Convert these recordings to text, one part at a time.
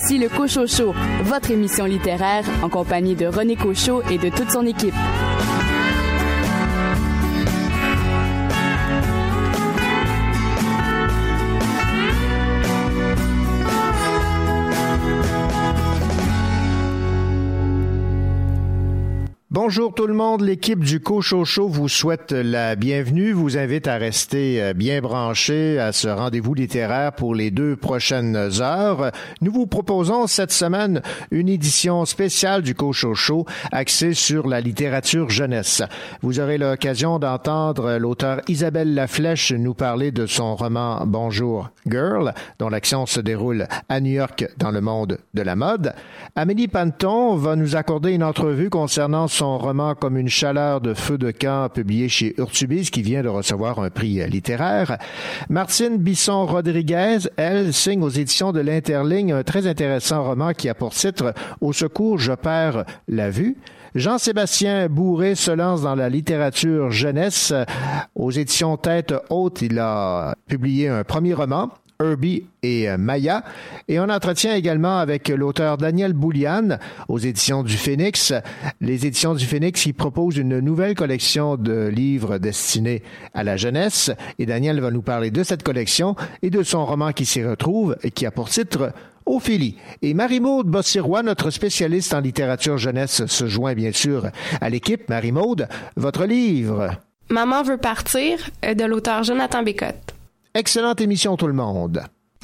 Voici le Cochot Show, votre émission littéraire en compagnie de René Cochot et de toute son équipe. Bonjour tout le monde, l'équipe du Cochot Show vous souhaite la bienvenue, vous invite à rester bien branchés à ce rendez-vous littéraire pour les 2 prochaines heures. Nous vous proposons cette semaine une édition spéciale du Cochot Show axée sur la littérature jeunesse. Vous aurez l'occasion d'entendre l'auteure Isabelle Laflèche nous parler de son roman Bonjour Girl, dont l'action se déroule à New York dans le monde de la mode. Amélie Panton va nous accorder une entrevue concernant son roman Comme une chaleur de feu de camp publié chez Urtubise qui vient de recevoir un prix littéraire. Martine Bisson-Rodriguez, elle, signe aux éditions de l'Interligne un très intéressant roman qui a pour titre « Au secours, je perds la vue ». Jean-Sébastien Bourré se lance dans la littérature jeunesse. Aux éditions Tête Haute, il a publié un premier roman, Herbie et Maya, et on entretient également avec l'auteur Daniel Bouliane aux éditions du Phénix. Les éditions du Phénix qui proposent une nouvelle collection de livres destinés à la jeunesse, et Daniel va nous parler de cette collection et de son roman qui s'y retrouve et qui a pour titre Ophélie. Et Marie-Maude Bossirois, notre spécialiste en littérature jeunesse, se joint bien sûr à l'équipe. Marie-Maude, votre livre Maman veut partir de l'auteur Jonathan Bécotte. Excellente émission tout le monde.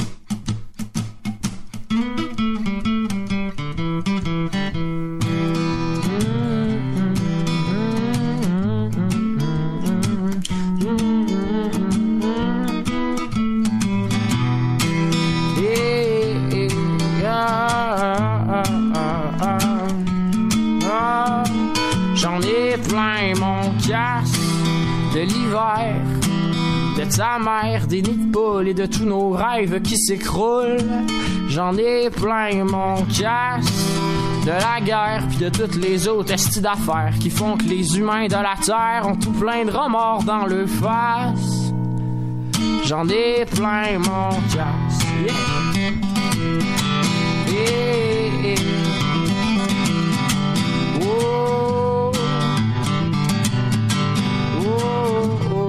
J'en ai plein mon casque de l'hiver, de ta mère, des nids de poules et de tous nos rêves qui s'écroulent. J'en ai plein mon casque de la guerre puis de toutes les autres estis d'affaires qui font que les humains de la terre ont tout plein de remords dans leur face. J'en ai plein mon casque. Yeah. Yeah, yeah. Oh. Oh.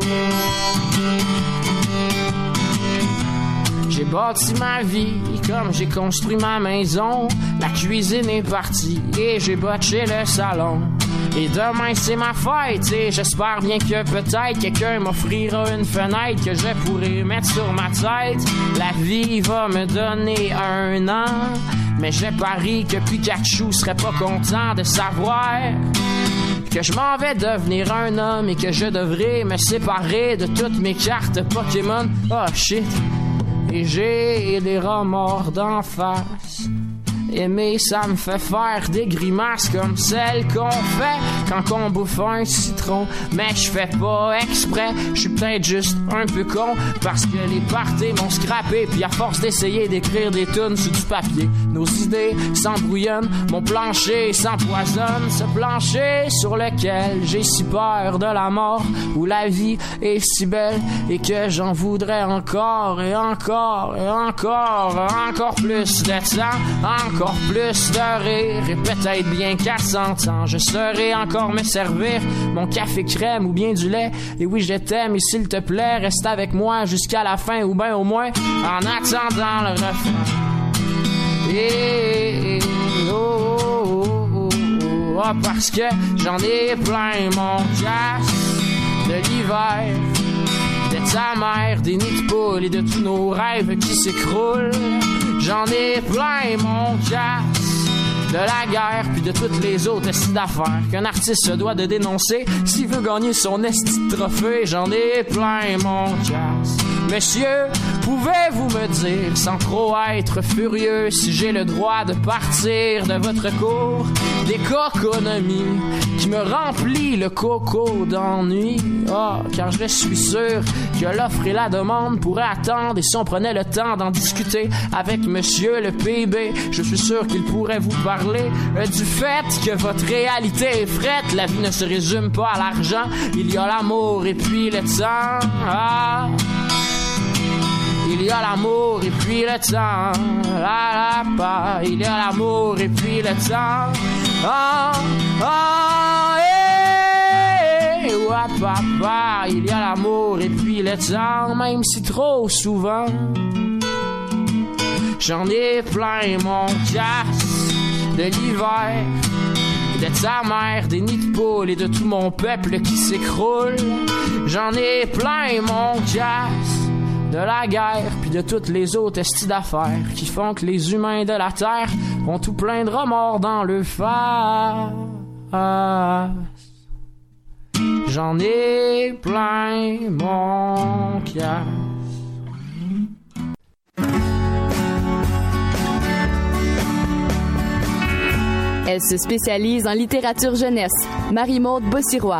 J'ai bâti ma vie comme j'ai construit ma maison. La cuisine est partie et j'ai botché le salon. Et demain c'est ma fête et j'espère bien que peut-être quelqu'un m'offrira une fenêtre que je pourrai mettre sur ma tête. La vie va me donner 1 an, mais je parie que Pikachu serait pas content de savoir que je m'en vais devenir un homme et que je devrais me séparer de toutes mes cartes Pokémon. Oh shit. Et j'ai des remords d'en face. Aimer, ça me fait faire des grimaces comme celles qu'on fait quand on bouffe un citron. Mais je fais pas exprès, je suis peut-être juste un peu con, parce que les parties m'ont scrappé, puis à force d'essayer d'écrire des tunes sur du papier, nos idées s'embrouillonnent, mon plancher s'empoisonne, ce plancher sur lequel j'ai si peur de la mort, où la vie est si belle et que j'en voudrais encore et encore et encore plus de temps, encore plus de rire, et peut-être bien qu'à 100 ans je saurai encore me servir mon café crème ou bien du lait. Et oui, je t'aime et s'il te plaît reste avec moi jusqu'à la fin, ou bien au moins en attendant le refrain. Et parce que j'en ai plein mon casque de l'hiver, de ta mère, des nids de poules et de tous nos rêves qui s'écroulent. J'en ai plein mon casque de la guerre puis de toutes les autres estis d'affaires qu'un artiste se doit de dénoncer s'il veut gagner son esti de trophée. J'en ai plein mon casque. Monsieur, pouvez-vous me dire, sans trop être furieux, si j'ai le droit de partir de votre cours d'économie qui me remplit le coco d'ennui? Ah, car je suis sûr que l'offre et la demande pourraient attendre, et si on prenait le temps d'en discuter avec monsieur le PIB, je suis sûr qu'il pourrait vous parler du fait que votre réalité est frette. La vie ne se résume pas à l'argent, il y a l'amour et puis le temps. Ah. il y a l'amour et puis le temps. La la pa, il y a l'amour et puis le temps. Ah, ah, eh, wa papa, il y a l'amour et puis le temps, même si trop souvent. J'en ai plein mon casse de l'hiver, de sa mère, des nids de poules et de tout mon peuple qui s'écroule. J'en ai plein mon casse de la guerre, puis de toutes les autres estis d'affaires qui font que les humains de la terre ont tout plein de remords dans le face. J'en ai plein mon casse. Elle se spécialise en littérature jeunesse. Marie-Maude Bossirois.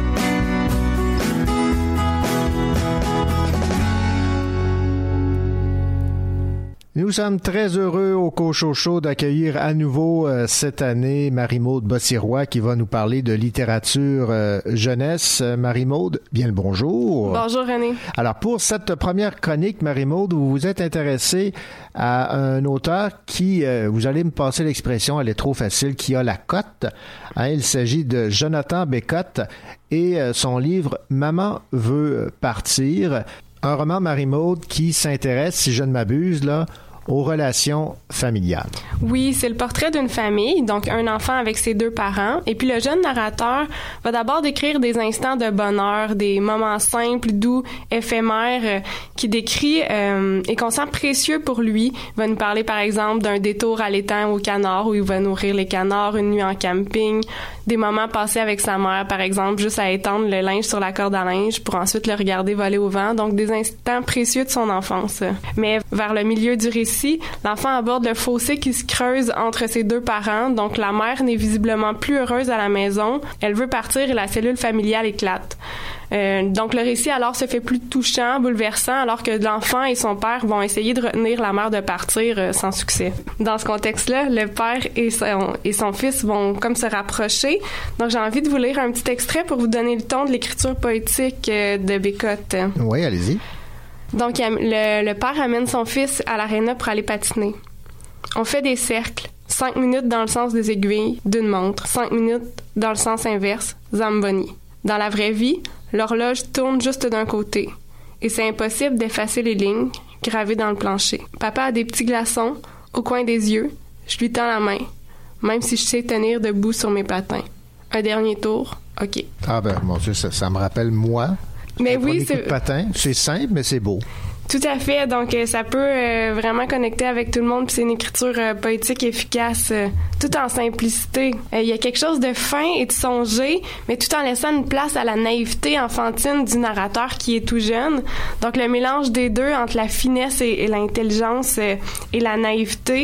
Nous sommes très heureux au Cochocho d'accueillir à nouveau cette année Marie-Maude Bossirois qui va nous parler de littérature jeunesse. Marie-Maude, bien le bonjour. Bonjour René. Alors pour cette première chronique, Marie-Maude, vous vous êtes intéressée à un auteur qui, vous allez me passer l'expression, elle est trop facile, qui a la cote. Hein, il s'agit de Jonathan Bécotte et son livre « Maman veut partir ». Un roman, Marie-Maude, qui s'intéresse, si je ne m'abuse, là, aux relations familiales. Oui, c'est le portrait d'une famille, donc un enfant avec ses deux parents. Et puis le jeune narrateur va d'abord décrire des instants de bonheur, des moments simples, doux, éphémères, qui décrit et qu'on sent précieux pour lui. Il va nous parler, par exemple, d'un détour à l'étang au canard où il va nourrir les canards, une nuit en camping, des moments passés avec sa mère, par exemple, juste à étendre le linge sur la corde à linge pour ensuite le regarder voler au vent. Donc, des instants précieux de son enfance. Mais vers le milieu du récit, l'enfant aborde le fossé qui se creuse entre ses deux parents. Donc, la mère n'est visiblement plus heureuse à la maison. Elle veut partir et la cellule familiale éclate. Donc, le récit alors se fait plus touchant, bouleversant, alors que l'enfant et son père vont essayer de retenir la mère de partir sans succès. Dans ce contexte-là, le père et son fils vont comme se rapprocher. Donc, j'ai envie de vous lire un petit extrait pour vous donner le ton de l'écriture poétique de Bécotte. Oui, allez-y. Donc, le père amène son fils à l'aréna pour aller patiner. On fait des cercles. 5 minutes dans le sens des aiguilles d'une montre. 5 minutes dans le sens inverse. Zamboni. Dans la vraie vie, l'horloge tourne juste d'un côté. Et c'est impossible d'effacer les lignes gravées dans le plancher. Papa a des petits glaçons au coin des yeux. Je lui tends la main, même si je sais tenir debout sur mes patins. Un dernier tour, OK. Ah ben, mon Dieu, ça me rappelle moi. Mais oui, c'est... Patin. C'est simple, mais c'est beau. Tout à fait. Donc, ça peut vraiment connecter avec tout le monde. Puis c'est une écriture poétique efficace, tout en simplicité. Il y a quelque chose de fin et de songé, mais tout en laissant une place à la naïveté enfantine du narrateur qui est tout jeune. Donc, le mélange des deux entre la finesse et l'intelligence et la naïveté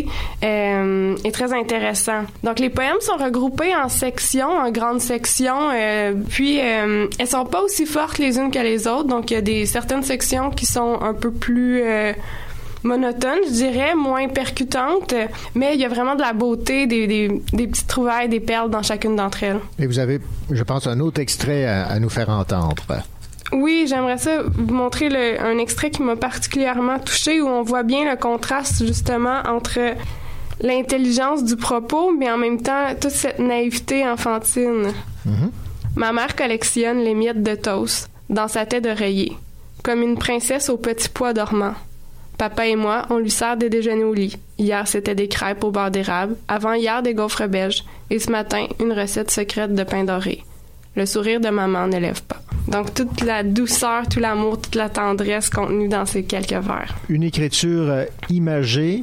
est très intéressant. Donc, les poèmes sont regroupés en sections, en grandes sections. Puis, elles sont pas aussi fortes les unes que les autres. Donc, il y a certaines sections qui sont un peu plus monotone, je dirais, moins percutante, mais il y a vraiment de la beauté, des petites trouvailles, des perles dans chacune d'entre elles. Et vous avez, je pense, un autre extrait à nous faire entendre. Oui, j'aimerais ça vous montrer un extrait qui m'a particulièrement touchée, où on voit bien le contraste, justement, entre l'intelligence du propos, mais en même temps, toute cette naïveté enfantine. Mm-hmm. Ma mère collectionne les miettes de toast dans sa tête d'oreiller, comme une princesse au petit pois dormant. Papa et moi, on lui sert des déjeuners au lit. Hier, c'était des crêpes au beurre d'érable. Avant-hier, des gaufres belges. Et ce matin, une recette secrète de pain doré. Le sourire de maman ne lève pas. Donc, toute la douceur, tout l'amour, toute la tendresse contenue dans ces quelques vers. Une écriture imagée,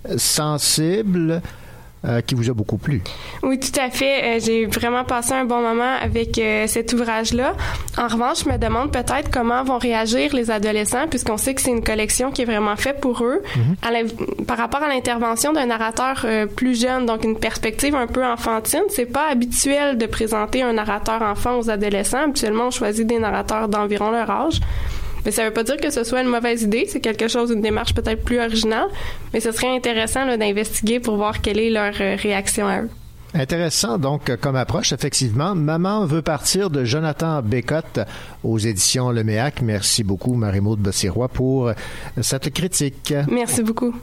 sensible, qui vous a beaucoup plu. Oui, tout à fait. J'ai vraiment passé un bon moment avec cet ouvrage-là. En revanche, je me demande peut-être comment vont réagir les adolescents, puisqu'on sait que c'est une collection qui est vraiment faite pour eux, par rapport à l'intervention d'un narrateur plus jeune, donc une perspective un peu enfantine. C'est pas habituel de présenter un narrateur enfant aux adolescents. Habituellement, on choisit des narrateurs d'environ leur âge. Mais ça veut pas dire que ce soit une mauvaise idée, c'est quelque chose, une démarche peut-être plus originale, mais ce serait intéressant là, d'investiguer pour voir quelle est leur réaction à eux. Intéressant, donc, comme approche, effectivement. Maman veut partir de Jonathan Bécotte aux éditions Leméac. Merci beaucoup, Marie-Maude Bossirois, pour cette critique. Merci beaucoup.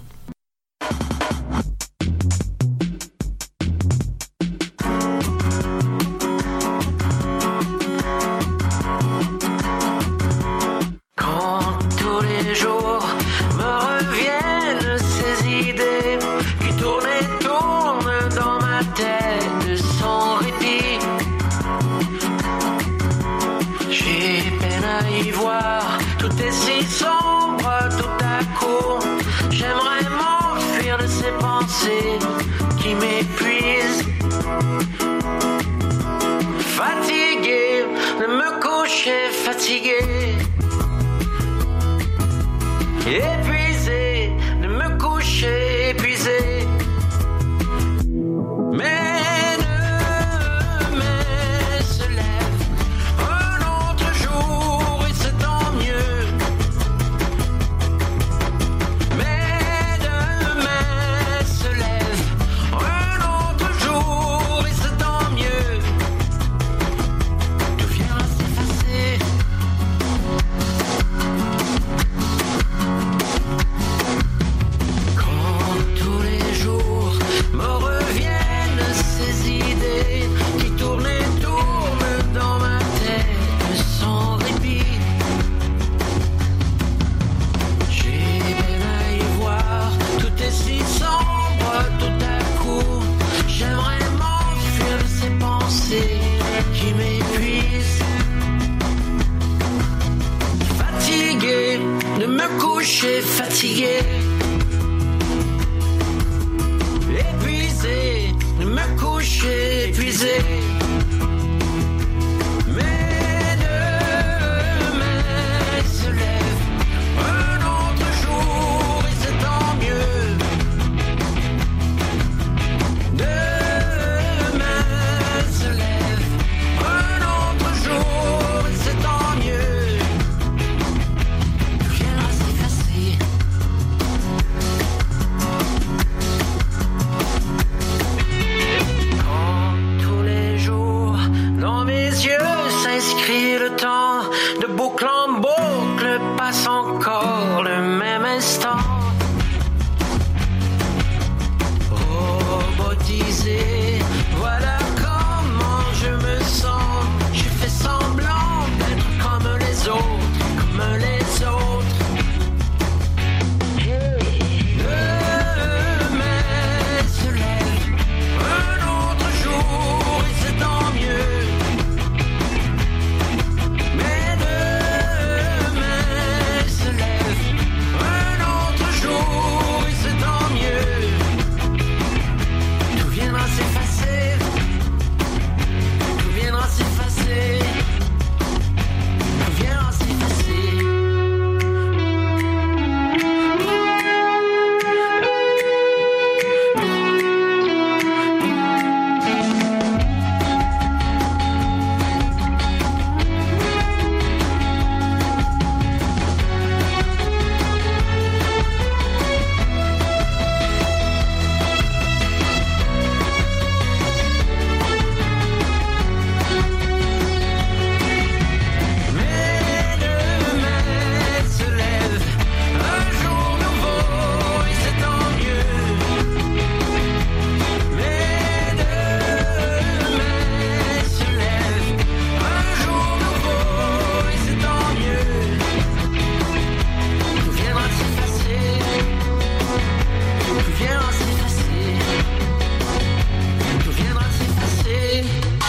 Qui m'épuise, fatigué de me coucher, fatigué, épuisé de me coucher, épuisé. Mais demain se lève un autre jour et c'est tant mieux. Mais demain se lève un autre jour et c'est tant mieux. Tout viendra s'effacer. Quand tous les jours me reviennent ces idées qui tournent et tournent dans ma tête sans répit. J'ai peine à y voir, tout est si sombre tout à coup. J'aimerais m'enfuir de ces pensées qui m'épuisent. Fatigué de me coucher, fatigué. Épuisé de me coucher, épuisé. Mais demain se lève un autre jour et c'est tant mieux. Demain se lève un autre jour et c'est tant mieux. Tout viendra s'effacer. Quand tous les jours dans mes yeux s'inscrit le temps, de boucle en boucle passe encore le même instant. Robotisé, voilà comment je me sens. Je fais semblant d'être comme les autres, comme les autres. Demain se lève un autre jour et c'est tant mieux. Mais demain se lève un autre jour et c'est tant mieux. Tout viendra s'effacer. Tout viendra s'effacer. Tout viendra s'effacer. Mais demain se lève un jour nouveau et c'est tant mieux. Mais demain se lève un jour nouveau et c'est tant mieux. Tout viendra s'effacer. Tout viendra s'effacer. Tout viendra s'effacer.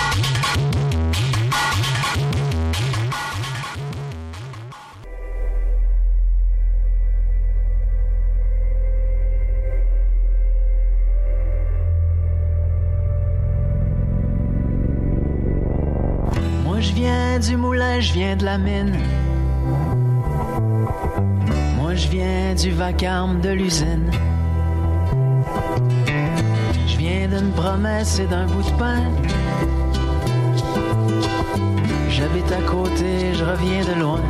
Moi je viens du moulin, je viens de la mine. Moi je viens du vacarme de l'usine. Je viens d'une promesse et d'un bout de pain. J'habite à côté, je reviens de loin.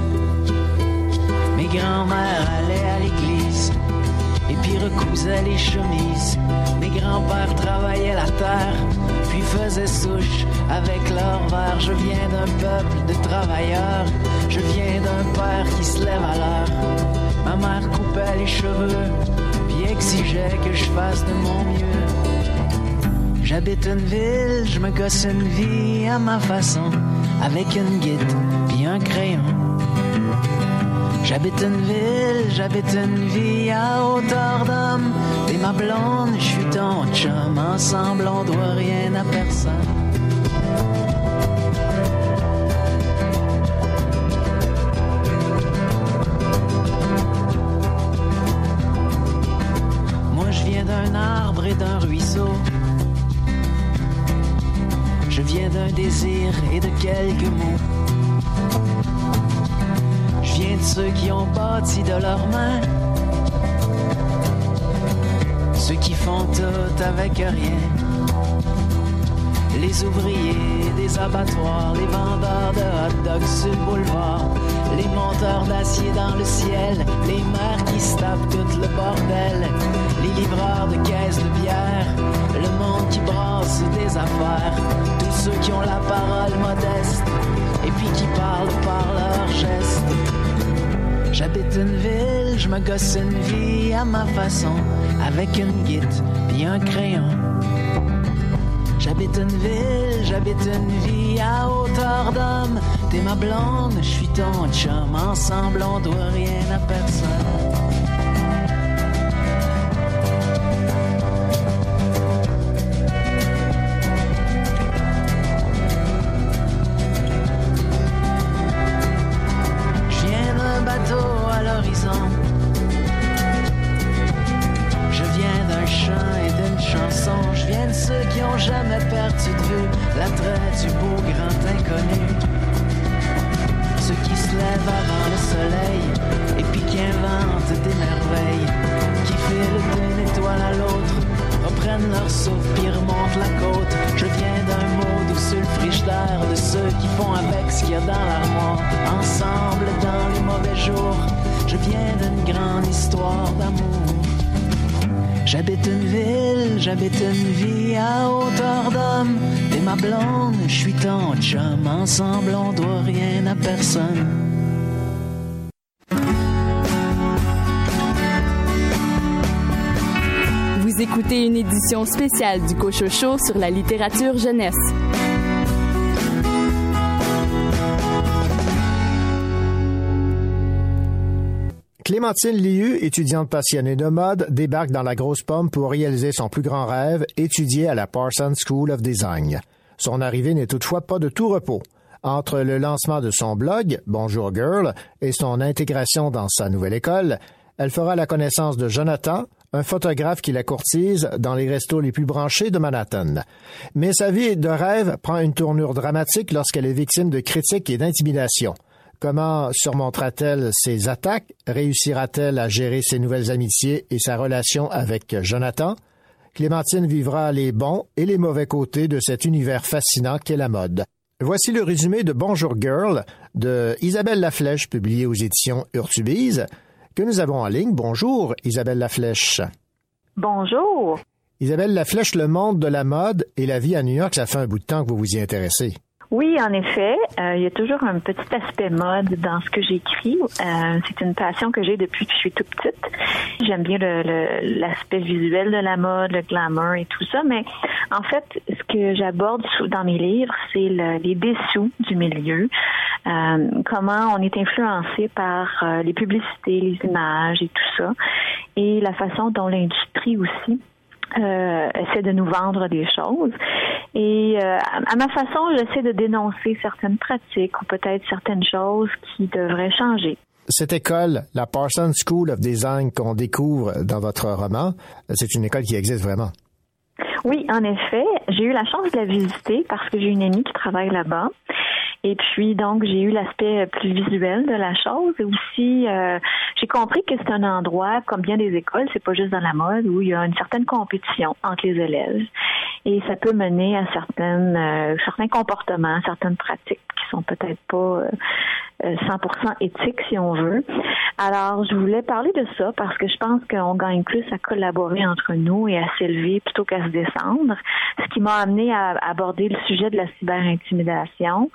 Mes grands-mères allaient à l'église et puis recousaient les chemises. Mes grands-pères travaillaient la terre faisaient souche avec leur verre. Je viens d'un peuple de travailleurs, je viens d'un père qui se lève à l'heure. Ma mère coupait les cheveux, puis exigeait que je fasse de mon mieux. J'habite une ville, je me gosse une vie à ma façon, avec une guide, puis un crayon. J'habite une ville, j'habite une vie à hauteur d'homme. T'es ma blonde, je suis ton chum. Ensemble, on doit rien à personne. Moi, je viens d'un arbre et d'un ruisseau. Je viens d'un désir et de quelques mots. Je viens de ceux qui ont bâti de leurs mains, ceux qui font tout avec rien. Les ouvriers des abattoirs, les vendeurs de hot dogs sur le boulevard, les monteurs d'acier dans le ciel, les mères qui se tapent tout le bordel, les livreurs de caisses de bière, le monde qui brasse des affaires, tous ceux qui ont la parole modeste et puis qui parlent par leurs gestes. J'habite une ville, je me gosse une vie à ma façon, avec une guide puis un crayon. J'habite une ville, j'habite une vie à hauteur d'homme. T'es ma blonde, je suis ton chum. Ensemble, on doit rien à personne. Jamais perdu de vue l'attrait du beau grand inconnu. Ceux qui se lèvent avant le soleil et puis qui inventent des merveilles, qui filent d'une étoile à l'autre, reprennent leur souffle puis remontent la côte. Je viens d'un mot doux sur le frigidaire de ceux qui font avec ce qu'il y a dans l'armoire. Ensemble dans les mauvais jours, je viens d'une grande histoire d'amour. J'habite une ville, j'habite une vie à hauteur d'homme. T'es ma blonde, je suis ton chum. Ensemble, on doit rien à personne. Vous écoutez une édition spéciale du Cochocho sur la littérature jeunesse. Clémentine Liu, étudiante passionnée de mode, débarque dans la Grosse Pomme pour réaliser son plus grand rêve, étudier à la Parsons School of Design. Son arrivée n'est toutefois pas de tout repos. Entre le lancement de son blog, Bonjour Girl, et son intégration dans sa nouvelle école, elle fera la connaissance de Jonathan, un photographe qui la courtise dans les restos les plus branchés de Manhattan. Mais sa vie de rêve prend une tournure dramatique lorsqu'elle est victime de critiques et d'intimidation. Comment surmontera-t-elle ses attaques? Réussira-t-elle à gérer ses nouvelles amitiés et sa relation avec Jonathan? Clémentine vivra les bons et les mauvais côtés de cet univers fascinant qu'est la mode. Voici le résumé de Bonjour Girl de Isabelle Laflèche, publié aux éditions Urtubise, que nous avons en ligne. Bonjour, Isabelle Laflèche. Bonjour. Isabelle Laflèche, le monde de la mode et la vie à New York, ça fait un bout de temps que vous vous y intéressez. Oui, en effet, il y a toujours un petit aspect mode dans ce que j'écris. C'est une passion que j'ai depuis que je suis toute petite. J'aime bien l'aspect visuel de la mode, le glamour et tout ça, mais en fait, ce que j'aborde dans mes livres, c'est les dessous du milieu, comment on est influencé par les publicités, les images et tout ça, et la façon dont l'industrie aussi essaie de nous vendre des choses. Et à ma façon, j'essaie de dénoncer certaines pratiques ou peut-être certaines choses qui devraient changer. Cette école, la Parsons School of Design qu'on découvre dans votre roman, c'est une école qui existe vraiment. Oui, en effet. J'ai eu la chance de la visiter parce que j'ai une amie qui travaille là-bas. Et puis, donc, j'ai eu l'aspect plus visuel de la chose. Et aussi, j'ai compris que c'est un endroit, comme bien des écoles, c'est pas juste dans la mode, où il y a une certaine compétition entre les élèves. Et ça peut mener à certains comportements, certaines pratiques qui sont peut-être pas 100% éthique, si on veut. Alors, je voulais parler de ça parce que je pense qu'on gagne plus à collaborer entre nous et à s'élever plutôt qu'à se descendre, ce qui m'a amené à aborder le sujet de la cyberintimidation.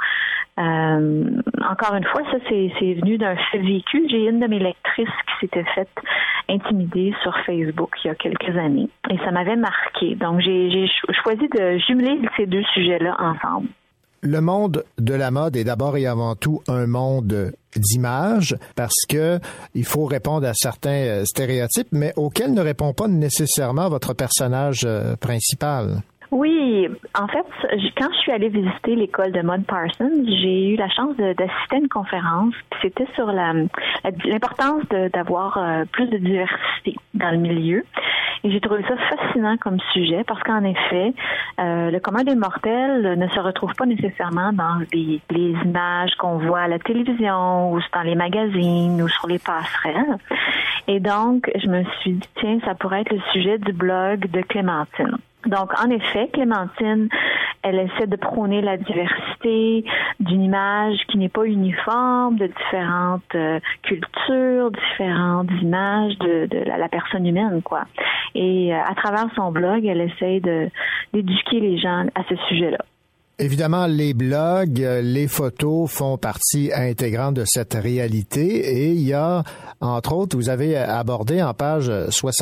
Encore une fois, ça, c'est venu d'un fait vécu. J'ai une de mes lectrices qui s'était faite intimider sur Facebook il y a quelques années et ça m'avait marqué. Donc, j'ai choisi de jumeler ces deux sujets-là ensemble. Le monde de la mode est d'abord et avant tout un monde d'image parce que il faut répondre à certains stéréotypes, mais auxquels ne répond pas nécessairement votre personnage principal. Oui, en fait, quand je suis allée visiter l'école de mode Parsons, j'ai eu la chance d'assister à une conférence. C'était sur l'importance d'avoir plus de diversité dans le milieu. Et j'ai trouvé ça fascinant comme sujet parce qu'en effet, le commun des mortels ne se retrouve pas nécessairement dans les images qu'on voit à la télévision ou dans les magazines ou sur les passerelles. Et donc, je me suis dit, tiens, ça pourrait être le sujet du blog de Clémentine. Donc, en effet, Clémentine, elle essaie de prôner la diversité d'une image qui n'est pas uniforme, de différentes cultures, différentes images de la personne humaine, quoi. Et à travers son blog, elle essaie d'éduquer les gens à ce sujet-là. Évidemment, les blogs, les photos font partie intégrante de cette réalité et il y a, entre autres, vous avez abordé en page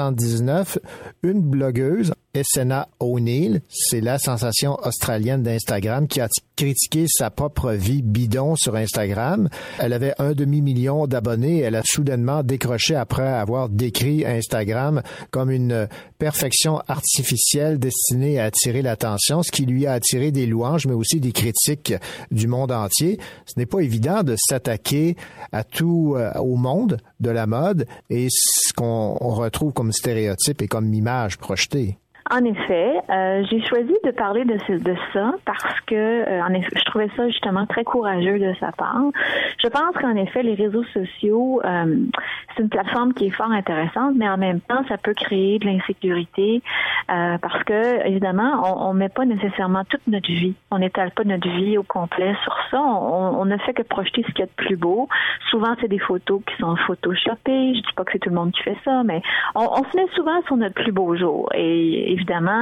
79 une blogueuse, Essena O'Neill, c'est la sensation australienne d'Instagram qui a critiqué sa propre vie bidon sur Instagram. Elle avait 1,5 million d'abonnés. Elle a soudainement décroché après avoir décrit Instagram comme une perfection artificielle destinée à attirer l'attention, ce qui lui a attiré des louanges, mais aussi des critiques du monde entier. Ce n'est pas évident de s'attaquer à tout, au monde de la mode et ce qu'on retrouve comme stéréotype et comme image projetée. En effet, j'ai choisi de parler de ça parce que en effet, je trouvais ça justement très courageux de sa part. Je pense qu'en effet, les réseaux sociaux, c'est une plateforme qui est fort intéressante, mais en même temps, ça peut créer de l'insécurité parce que, évidemment, on met pas nécessairement toute notre vie. On n'étale pas notre vie au complet sur ça. On ne fait que projeter ce qu'il y a de plus beau. Souvent, c'est des photos qui sont photoshopées. Je dis pas que c'est tout le monde qui fait ça, mais on se met souvent sur notre plus beau jour. Et évidemment,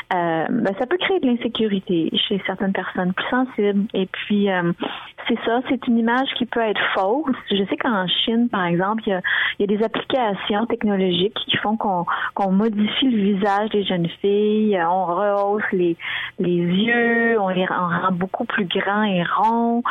ça peut créer de l'insécurité chez certaines personnes plus sensibles. Et puis, c'est ça, c'est une image qui peut être fausse. Je sais qu'en Chine, par exemple, il y a des applications technologiques qui font qu'on modifie le visage des jeunes filles, on rehausse les yeux, on rend beaucoup plus grand et rond,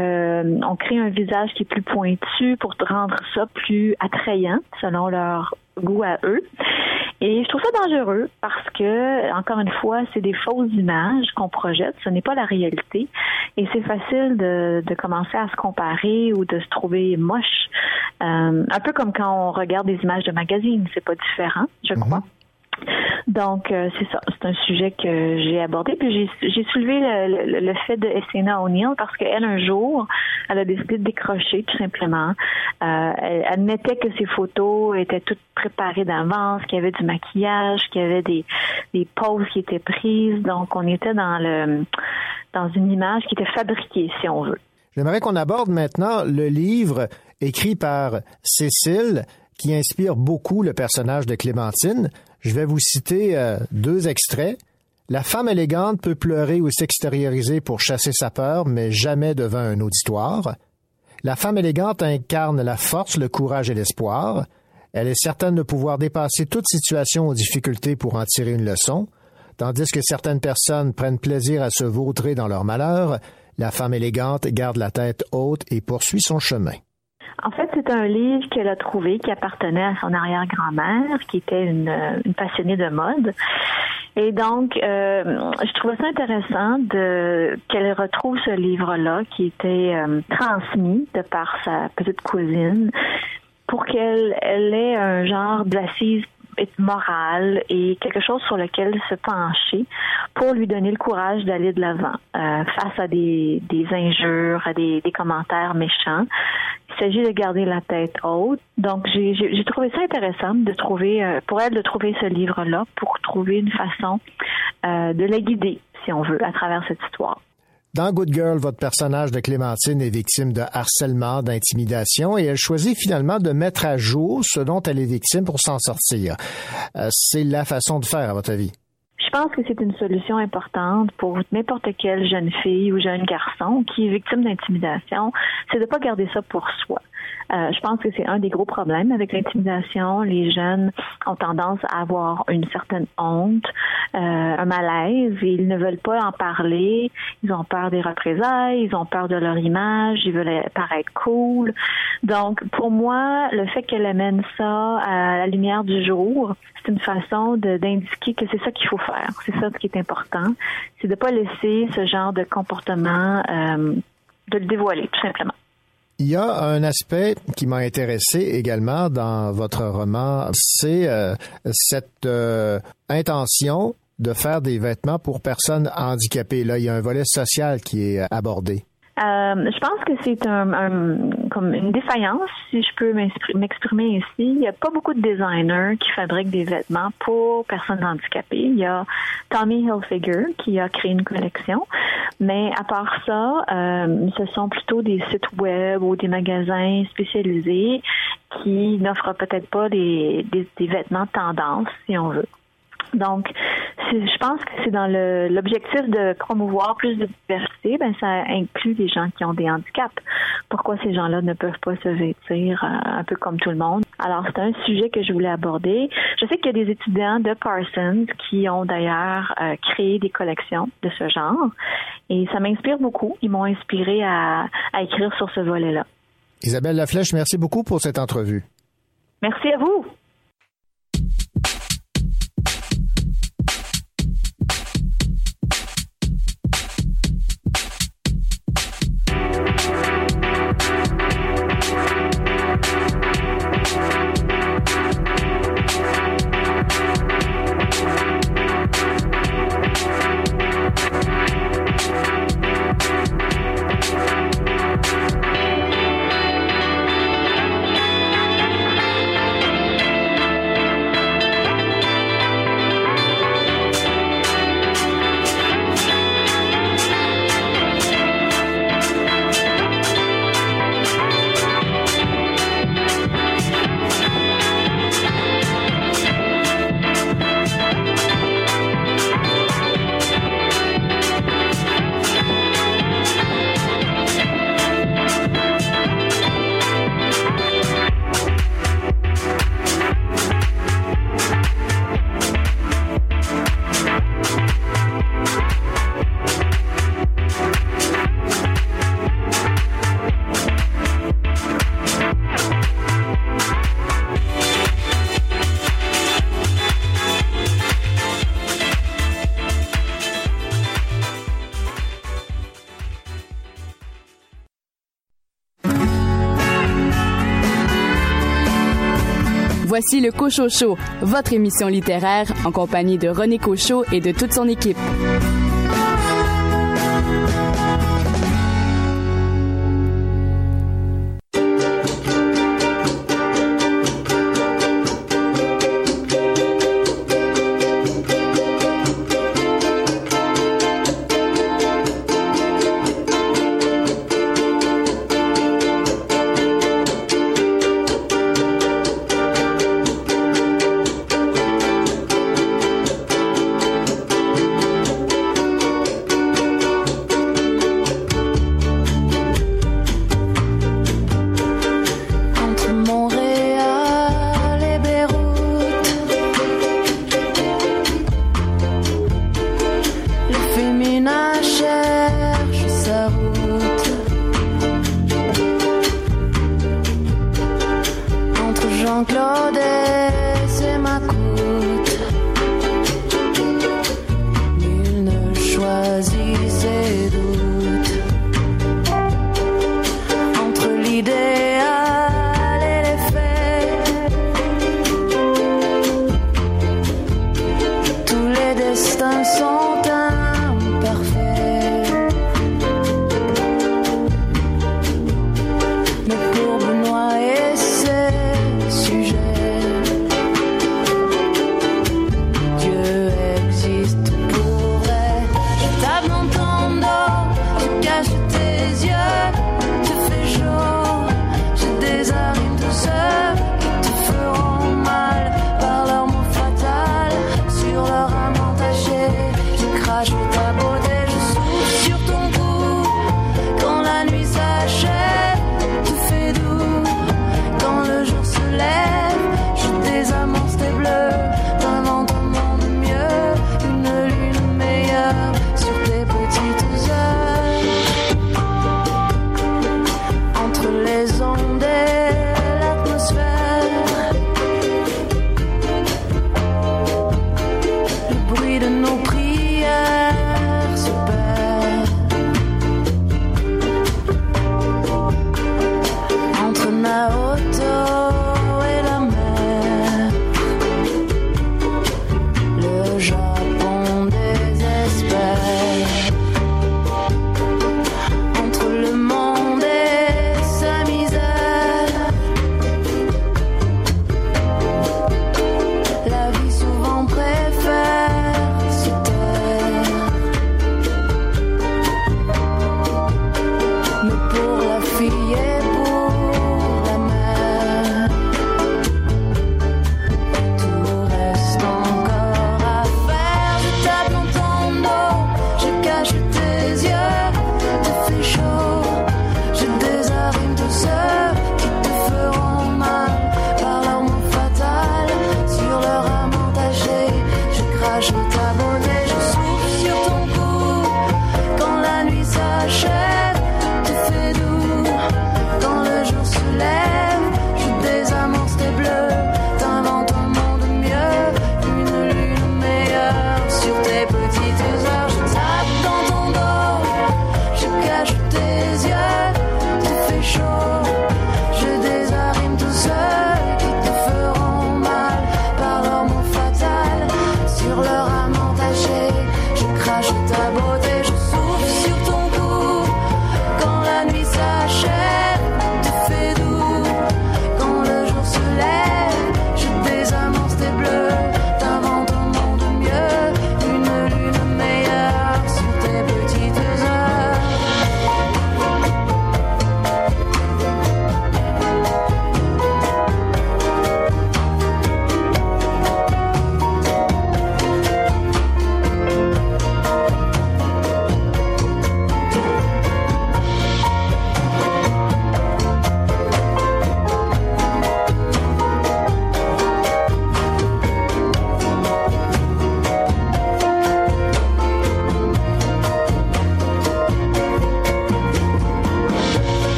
on crée un visage qui est plus pointu pour rendre ça plus attrayant selon leur goût à eux. Et je trouve ça dangereux parce que, encore une fois, c'est des fausses images qu'on projette, ce n'est pas la réalité. Et c'est facile de commencer à se comparer ou de se trouver moche. Un peu comme quand on regarde des images de magazines, c'est pas différent, je crois. Donc, c'est ça. C'est un sujet que j'ai abordé. Puis j'ai soulevé le fait de Essena O'Neill parce qu'elle, un jour, elle a décidé de décrocher, tout simplement. Elle admettait que ses photos étaient toutes préparées d'avance, qu'il y avait du maquillage, qu'il y avait des poses qui étaient prises. Donc, on était dans une image qui était fabriquée, si on veut. J'aimerais qu'on aborde maintenant le livre écrit par Cécile qui inspire beaucoup le personnage de Clémentine. Je vais vous citer 2 extraits. La femme élégante peut pleurer ou s'extérioriser pour chasser sa peur, mais jamais devant un auditoire. La femme élégante incarne la force, le courage et l'espoir. Elle est certaine de pouvoir dépasser toute situation ou difficulté pour en tirer une leçon. Tandis que certaines personnes prennent plaisir à se vautrer dans leur malheur, la femme élégante garde la tête haute et poursuit son chemin. En fait, c'est un livre qu'elle a trouvé qui appartenait à son arrière-grand-mère, qui était une passionnée de mode. Et donc, je trouvais ça intéressant qu'elle retrouve ce livre-là qui était transmis de par sa petite cousine pour qu'elle ait un genre d'assise morale et quelque chose sur lequel se pencher pour lui donner le courage d'aller de l'avant face à des injures, à des commentaires méchants. Il s'agit de garder la tête haute. Donc, j'ai trouvé ça intéressant de trouver, pour elle, de trouver ce livre-là pour trouver une façon de la guider, si on veut, à travers cette histoire. Dans Good Girl, votre personnage de Clémentine est victime de harcèlement, d'intimidation et elle choisit finalement de mettre à jour ce dont elle est victime pour s'en sortir. C'est la façon de faire, à votre avis? Je pense que c'est une solution importante pour n'importe quelle jeune fille ou jeune garçon qui est victime d'intimidation, c'est de ne pas garder ça pour soi. Je pense que c'est un des gros problèmes avec l'intimidation. Les jeunes ont tendance à avoir une certaine honte, un malaise, et ils ne veulent pas en parler. Ils ont peur des représailles, ils ont peur de leur image, ils veulent paraître cool. Donc, pour moi, le fait qu'elle amène ça à la lumière du jour, c'est une façon d'indiquer que c'est ça qu'il faut faire. C'est ça ce qui est important. C'est de ne pas laisser ce genre de comportement, de le dévoiler, tout simplement. Il y a un aspect qui m'a intéressé également dans votre roman, c'est cette intention de faire des vêtements pour personnes handicapées. Là, il y a un volet social qui est abordé. Je pense que c'est comme une défaillance, si je peux m'exprimer ici. Il n'y a pas beaucoup de designers qui fabriquent des vêtements pour personnes handicapées. Il y a Tommy Hilfiger qui a créé une collection, mais à part ça, ce sont plutôt des sites web ou des magasins spécialisés qui n'offrent peut-être pas des vêtements tendance, si on veut. Donc, je pense que c'est dans l'objectif de promouvoir plus de diversité, ça inclut des gens qui ont des handicaps. Pourquoi ces gens-là ne peuvent pas se vêtir un peu comme tout le monde? Alors, c'est un sujet que je voulais aborder. Je sais qu'il y a des étudiants de Parsons qui ont d'ailleurs créé des collections de ce genre et ça m'inspire beaucoup. Ils m'ont inspiré à écrire sur ce volet-là. Isabelle Laflèche, merci beaucoup pour cette entrevue. Merci à vous. Voici le Cochocho, votre émission littéraire en compagnie de René Cochot et de toute son équipe. Mais pour Benoît et ses sujets,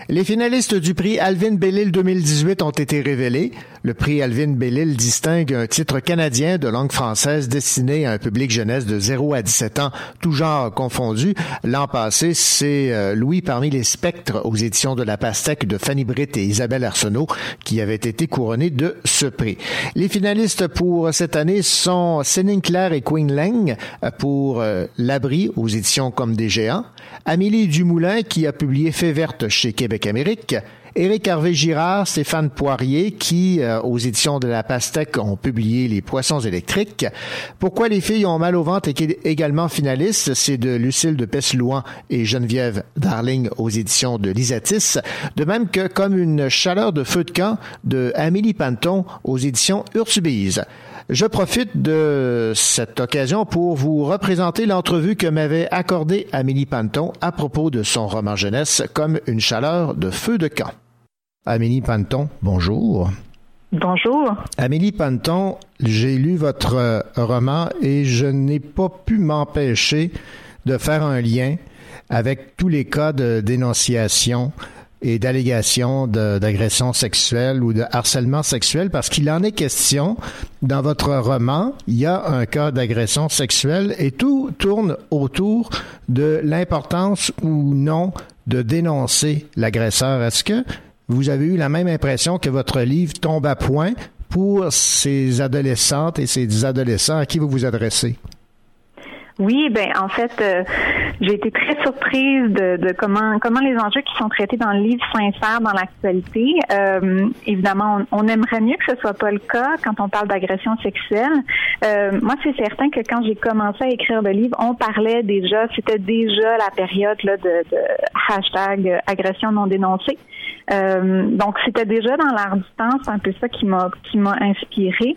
Les finalistes du prix Alvin Bellil 2018 ont été révélés. Le prix Alvin Bellil distingue un titre canadien de langue française destiné à un public jeunesse de 0 à 17 ans, tout genre confondu. L'an passé, c'est Louis parmi les spectres aux éditions de La Pastèque de Fanny Britt et Isabelle Arsenault qui avaient été couronnés de ce prix. Les finalistes pour cette année sont Céline Claire et Queen Leng pour L'Abri aux éditions Comme des Géants, Amélie Dumoulin qui a publié Fait verte chez Québec Amérique, Éric Hervé-Girard, Stéphane Poirier qui, aux éditions de La Pastèque, ont publié Les Poissons électriques. Pourquoi les filles ont mal au ventre est également finaliste, c'est de Lucille de Peslouan et Geneviève Darling aux éditions de Lisatis, de même que Comme une chaleur de feu de camp de Amélie Panton aux éditions Urtubise. Je profite de cette occasion pour vous représenter l'entrevue que m'avait accordée Amélie Panton à propos de son roman jeunesse Comme une chaleur de feu de camp. Amélie Panton, bonjour. Bonjour. Amélie Panton, j'ai lu votre roman et je n'ai pas pu m'empêcher de faire un lien avec tous les cas de dénonciation et d'allégations d'agression sexuelle ou de harcèlement sexuel, parce qu'il en est question dans votre roman. Il y a un cas d'agression sexuelle et tout tourne autour de l'importance ou non de dénoncer l'agresseur. Est-ce que vous avez eu la même impression que votre livre tombe à point pour ces adolescentes et ces adolescents à qui vous vous adressez? Oui, en fait, j'ai été très surprise de comment les enjeux qui sont traités dans le livre s'insèrent dans l'actualité. Évidemment, on aimerait mieux que ce soit pas le cas quand on parle d'agression sexuelle. Moi, c'est certain que quand j'ai commencé à écrire le livre, on parlait c'était déjà la période là de hashtag agression non dénoncée. Donc, c'était déjà dans l'air du temps, c'est un peu ça qui m'a inspirée.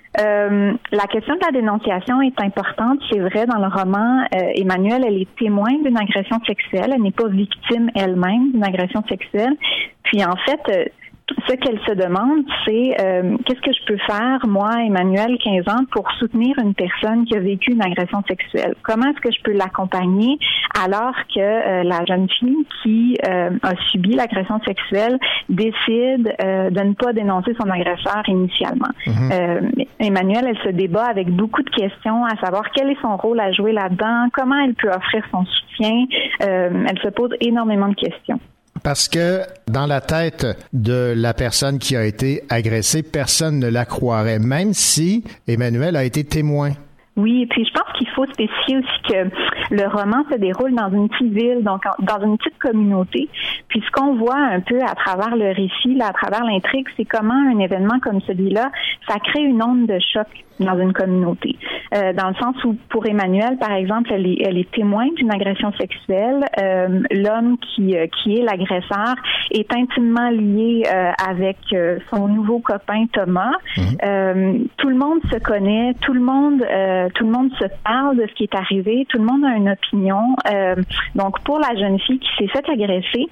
La question de la dénonciation est importante, c'est vrai, dans le roman. Emmanuelle, elle est témoin d'une agression sexuelle, elle n'est pas victime elle-même d'une agression sexuelle. Puis en fait, ce qu'elle se demande, c'est qu'est-ce que je peux faire, moi, Emmanuelle, 15 ans, pour soutenir une personne qui a vécu une agression sexuelle? Comment est-ce que je peux l'accompagner alors que la jeune fille qui a subi l'agression sexuelle décide de ne pas dénoncer son agresseur initialement? Emmanuelle, elle se débat avec beaucoup de questions, à savoir quel est son rôle à jouer là-dedans, comment elle peut offrir son soutien. Elle se pose énormément de questions. Parce que dans la tête de la personne qui a été agressée, personne ne la croirait, même si Emmanuelle a été témoin. Oui, et puis je pense qu'il faut spécifier aussi que le roman se déroule dans une petite ville, donc dans une petite communauté. Puis ce qu'on voit un peu à travers le récit, là, à travers l'intrigue, c'est comment un événement comme celui-là, ça crée une onde de choc dans une communauté. Dans le sens où, pour Emmanuelle, par exemple, elle est témoin d'une agression sexuelle. L'homme qui est l'agresseur est intimement lié avec son nouveau copain Thomas. Tout le monde se connaît, tout le monde se parle de ce qui est arrivé, tout le monde a une opinion. Donc, pour la jeune fille qui s'est faite agresser,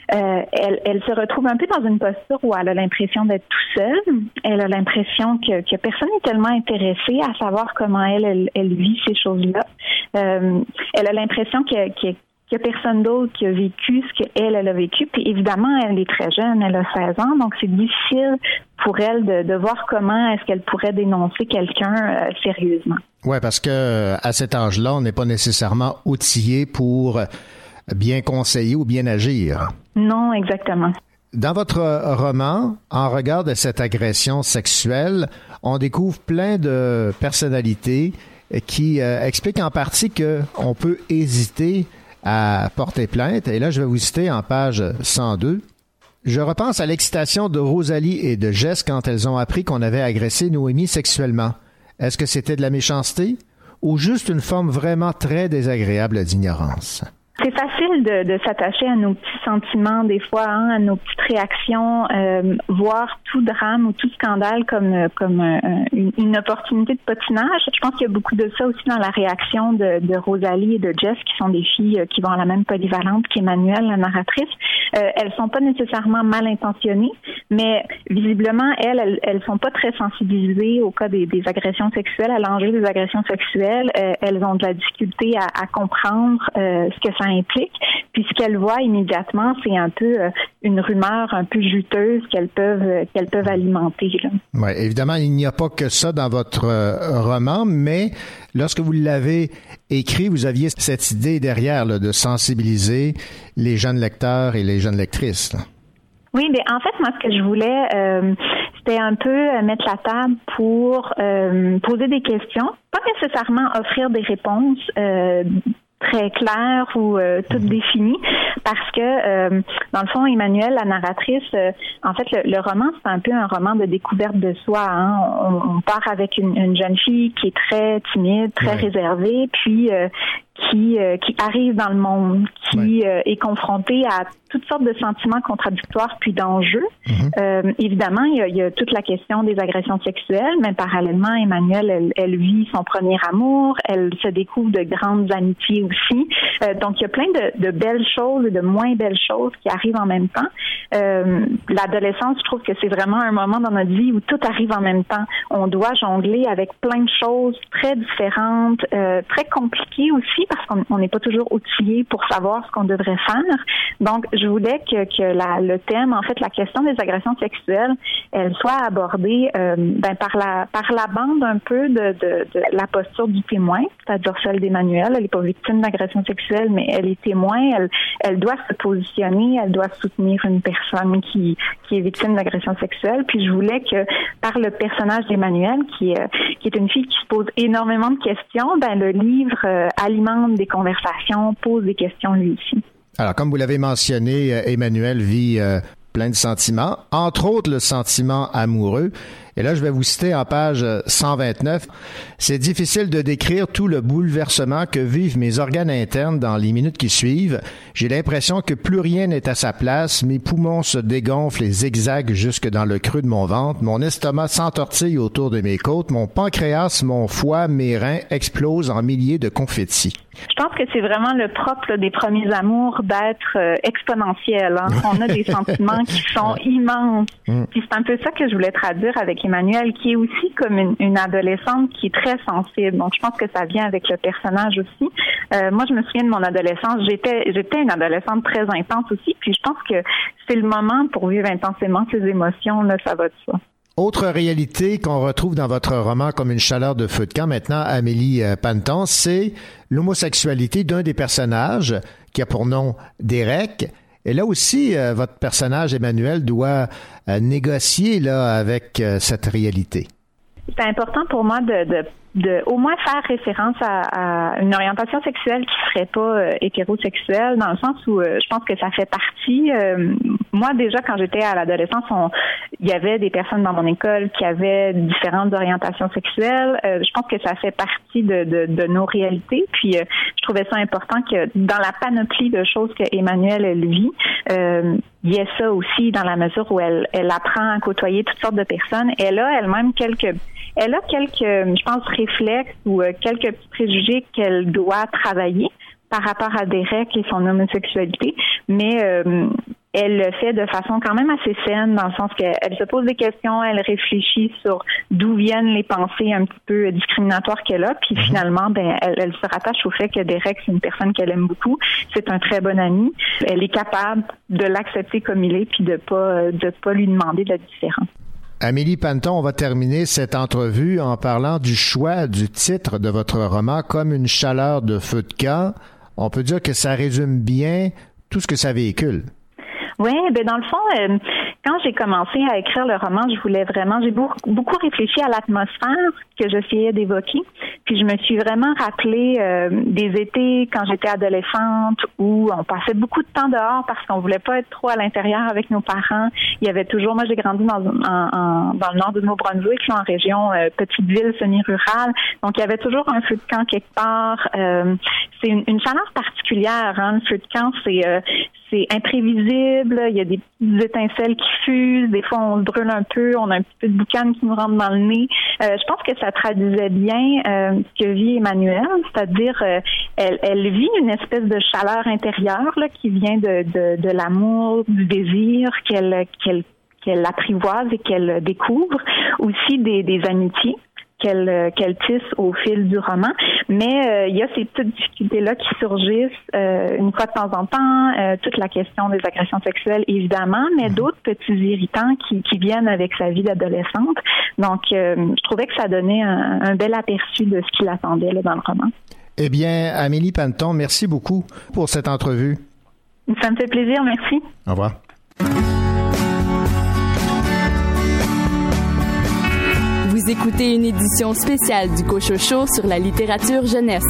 elle se retrouve un peu dans une posture où elle a l'impression d'être tout seule. Elle a l'impression que personne n'est tellement intéressé à savoir comment elle vit ces choses-là. Elle a l'impression qu'il y a personne d'autre qui a vécu ce qu'elle a vécu. Puis évidemment, elle est très jeune, elle a 16 ans, donc c'est difficile pour elle de voir comment est-ce qu'elle pourrait dénoncer quelqu'un sérieusement. Oui, parce que à cet âge-là, on n'est pas nécessairement outillé pour bien conseiller ou bien agir. Non, exactement. Dans votre roman, en regard de cette agression sexuelle, on découvre plein de personnalités qui expliquent en partie qu'on peut hésiter à porter plainte. Et là, je vais vous citer en page 102. Je repense à l'excitation de Rosalie et de Jess quand elles ont appris qu'on avait agressé Noémie sexuellement. Est-ce que c'était de la méchanceté ou juste une forme vraiment très désagréable d'ignorance? C'est facile de s'attacher à nos petits sentiments des fois, à nos petites réactions, voir tout drame ou tout scandale comme une opportunité de patinage. Je pense qu'il y a beaucoup de ça aussi dans la réaction de Rosalie et de Jess, qui sont des filles qui vont à la même polyvalente qu'Emmanuelle, la narratrice. Elles sont pas nécessairement mal intentionnées, mais visiblement, elles sont pas très sensibilisées au cas des agressions sexuelles, à l'enjeu des agressions sexuelles. Elles ont de la difficulté à comprendre ce que ça implique. Puis ce qu'elle voit immédiatement, c'est un peu une rumeur un peu juteuse qu'elles peuvent alimenter. Oui, évidemment, il n'y a pas que ça dans votre roman, mais lorsque vous l'avez écrit, vous aviez cette idée derrière là, de sensibiliser les jeunes lecteurs et les jeunes lectrices. Là. Oui, mais en fait, moi, ce que je voulais, c'était un peu mettre la table pour poser des questions, pas nécessairement offrir des réponses très claires ou toutes définies, parce que, dans le fond, Emmanuelle, la narratrice, en fait, le roman, c'est un peu un roman de découverte de soi. Hein. On part avec une jeune fille qui est très timide, très réservée, puis qui arrive dans le monde, qui est confrontée à toutes sortes de sentiments contradictoires puis d'enjeux. Évidemment, il y a toute la question des agressions sexuelles, mais parallèlement, Emmanuelle, elle vit son premier amour, elle se découvre de grandes amitiés aussi. Donc, il y a plein de belles choses et de moins belles choses qui arrivent en même temps. L'adolescence, je trouve que c'est vraiment un moment dans notre vie où tout arrive en même temps. On doit jongler avec plein de choses très différentes, très compliquées aussi, parce qu'on n'est pas toujours outillé pour savoir ce qu'on devrait faire. Donc, je voulais que le thème, en fait, la question des agressions sexuelles, elle soit abordée par la bande un peu de la posture du témoin, c'est-à-dire celle d'Emmanuelle. Elle n'est pas victime d'agression sexuelle, mais elle est témoin. Elle doit se positionner, elle doit soutenir une personne qui est victime d'agression sexuelle. Puis je voulais que, par le personnage d'Emmanuelle, qui est une fille qui se pose énormément de questions, le livre alimente des conversations, pose des questions lui aussi. Alors, comme vous l'avez mentionné, Emmanuelle vit plein de sentiments, entre autres le sentiment amoureux. Et là, je vais vous citer en page 129. C'est difficile de décrire tout le bouleversement que vivent mes organes internes dans les minutes qui suivent. J'ai l'impression que plus rien n'est à sa place. Mes poumons se dégonflent et zigzaguent jusque dans le creux de mon ventre. Mon estomac s'entortille autour de mes côtes. Mon pancréas, mon foie, mes reins explosent en milliers de confettis. Je pense que c'est vraiment le propre des premiers amours d'être exponentiel. Hein. On a des sentiments qui sont immenses. Puis c'est un peu ça que je voulais traduire avec Emmanuelle, qui est aussi comme une adolescente qui est très sensible. Donc je pense que ça vient avec le personnage aussi. Moi, je me souviens de mon adolescence. J'étais une adolescente très intense aussi. Puis je pense que c'est le moment pour vivre intensément ces émotions. Là, ça va de soi. Autre réalité qu'on retrouve dans votre roman comme une chaleur de feu de camp, maintenant, Amélie Panton, c'est l'homosexualité d'un des personnages qui a pour nom Derek. Et là aussi, votre personnage, Emmanuelle, doit négocier là avec cette réalité. C'est important pour moi de au moins faire référence à une orientation sexuelle qui serait pas hétérosexuelle, dans le sens où je pense que ça fait partie. Moi, déjà, quand j'étais à l'adolescence, il y avait des personnes dans mon école qui avaient différentes orientations sexuelles. Je pense que ça fait partie de nos réalités. Puis, je trouvais ça important que dans la panoplie de choses que Emmanuelle, elle vit, il y a ça aussi dans la mesure où elle apprend à côtoyer toutes sortes de personnes. Elle a elle-même quelques, je pense, réflexes ou quelques petits préjugés qu'elle doit travailler par rapport à Derek et son homosexualité, mais elle le fait de façon quand même assez saine, dans le sens qu'elle se pose des questions, elle réfléchit sur d'où viennent les pensées un petit peu discriminatoires qu'elle a, puis finalement, elle se rattache au fait que Derek, c'est une personne qu'elle aime beaucoup, c'est un très bon ami, elle est capable de l'accepter comme il est, puis de pas lui demander d'être différent. Amélie Panton, on va terminer cette entrevue en parlant du choix du titre de votre roman, Comme une chaleur de feu de camp. On peut dire que ça résume bien tout ce que ça véhicule. Oui, dans le fond, quand j'ai commencé à écrire le roman, j'ai beaucoup réfléchi à l'atmosphère que j'essayais d'évoquer. Puis je me suis vraiment rappelé des étés quand j'étais adolescente où on passait beaucoup de temps dehors parce qu'on voulait pas être trop à l'intérieur avec nos parents. Il y avait toujours, moi j'ai grandi dans le nord du Nouveau-Brunswick, en région petite ville semi-rurale. Donc il y avait toujours un feu de camp quelque part. C'est une chaleur particulière, hein. Le feu de camp, c'est imprévisible, il y a des petites étincelles qui fusent, des fois on se brûle un peu, on a un petit peu de boucan qui nous rentre dans le nez. Je pense que ça traduisait bien ce que vit Emmanuelle, c'est-à-dire elle vit une espèce de chaleur intérieure là, qui vient de l'amour, du désir qu'elle apprivoise et qu'elle découvre, aussi des amitiés qu'elle tisse au fil du roman. Mais il y a ces petites difficultés-là qui surgissent une fois de temps en temps, toute la question des agressions sexuelles, évidemment, mais d'autres petits irritants qui viennent avec sa vie d'adolescente. Donc, je trouvais que ça donnait un bel aperçu de ce qui l'attendait là, dans le roman. Eh bien, Amélie Panneton, merci beaucoup pour cette entrevue. Ça me fait plaisir, merci. Au revoir. Vous écoutez une édition spéciale du Cochocho sur la littérature jeunesse.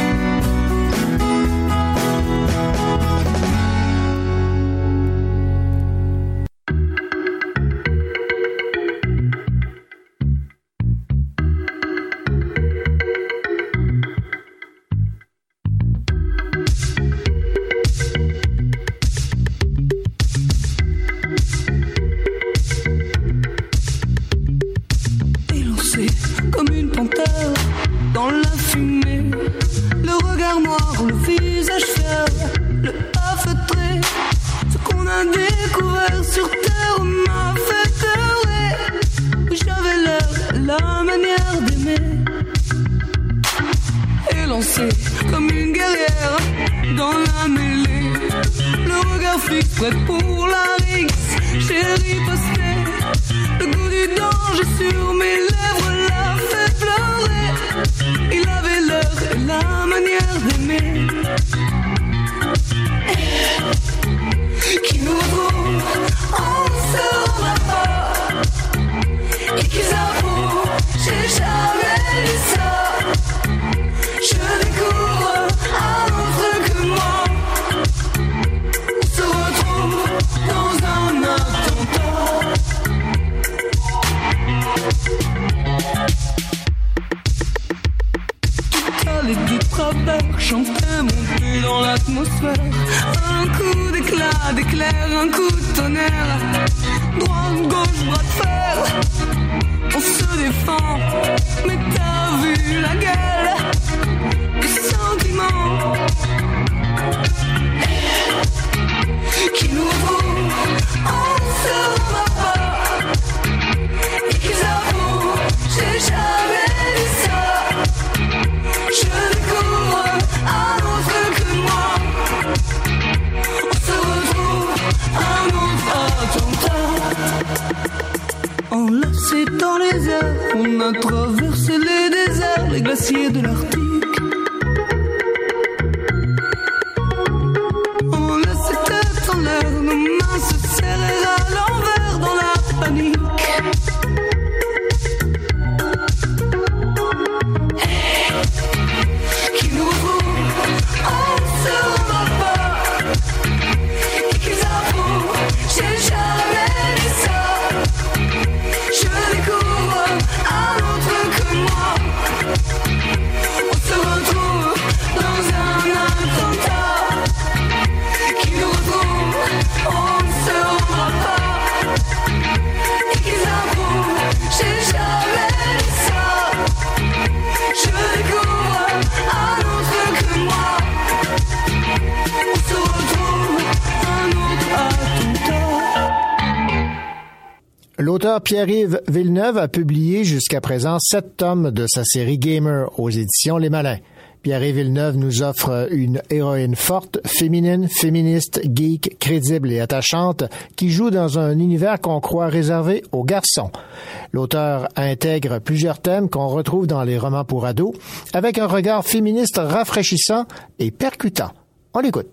L'auteur Pierre-Yves Villeneuve a publié jusqu'à présent 7 tomes de sa série Gamer aux éditions Les Malins. Pierre-Yves Villeneuve nous offre une héroïne forte, féminine, féministe, geek, crédible et attachante qui joue dans un univers qu'on croit réservé aux garçons. L'auteur intègre plusieurs thèmes qu'on retrouve dans les romans pour ados avec un regard féministe rafraîchissant et percutant. On l'écoute.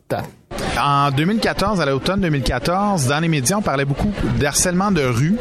En 2014, à l'automne 2014, dans les médias, on parlait beaucoup d'harcèlement de rue.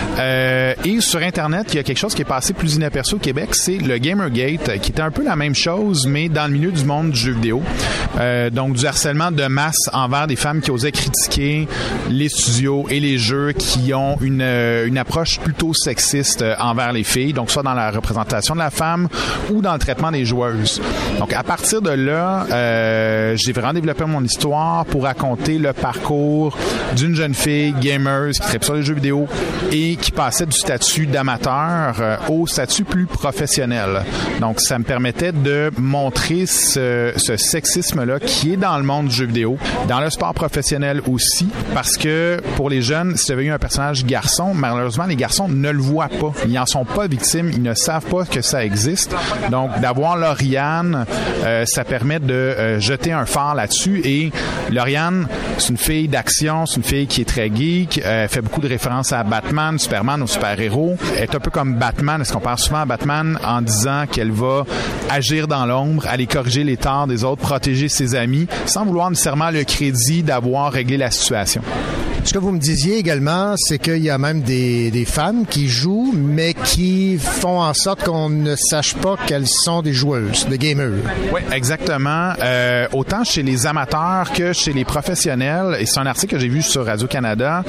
Et sur Internet, il y a quelque chose qui est passé plus inaperçu au Québec, c'est le Gamergate, qui était un peu la même chose, mais dans le milieu du monde du jeu vidéo. Donc, du harcèlement de masse envers des femmes qui osaient critiquer les studios et les jeux qui ont une approche plutôt sexiste envers les filles, donc soit dans la représentation de la femme ou dans le traitement des joueuses. Donc, à partir de là, j'ai vraiment développé mon histoire pour raconter le parcours d'une jeune fille gamer qui tripe sur les jeux vidéo et qui passait du statut d'amateur au statut plus professionnel. Donc, ça me permettait de montrer ce sexisme-là qui est dans le monde du jeu vidéo, dans le sport professionnel aussi, parce que pour les jeunes, si j'avais eu un personnage garçon, malheureusement, les garçons ne le voient pas. Ils n'en sont pas victimes, ils ne savent pas que ça existe. Donc, d'avoir Lauriane, ça permet de jeter un phare là-dessus. Et Lauriane, c'est une fille d'action, c'est une fille qui est très geek, fait beaucoup de références à Batman, Superman, aux super-héros. Elle est un peu comme Batman, est-ce qu'on parle souvent à Batman en disant qu'elle va agir dans l'ombre, aller corriger les torts des autres, protéger ses amis, sans vouloir nécessairement le crédit d'avoir réglé la situation. Ce que vous me disiez également, c'est qu'il y a même des femmes qui jouent, mais qui font en sorte qu'on ne sache pas qu'elles sont des joueuses, des gamers. Oui, exactement. Autant chez les amateurs que chez les professionnels, et c'est un article que j'ai vu sur Radio-Canada,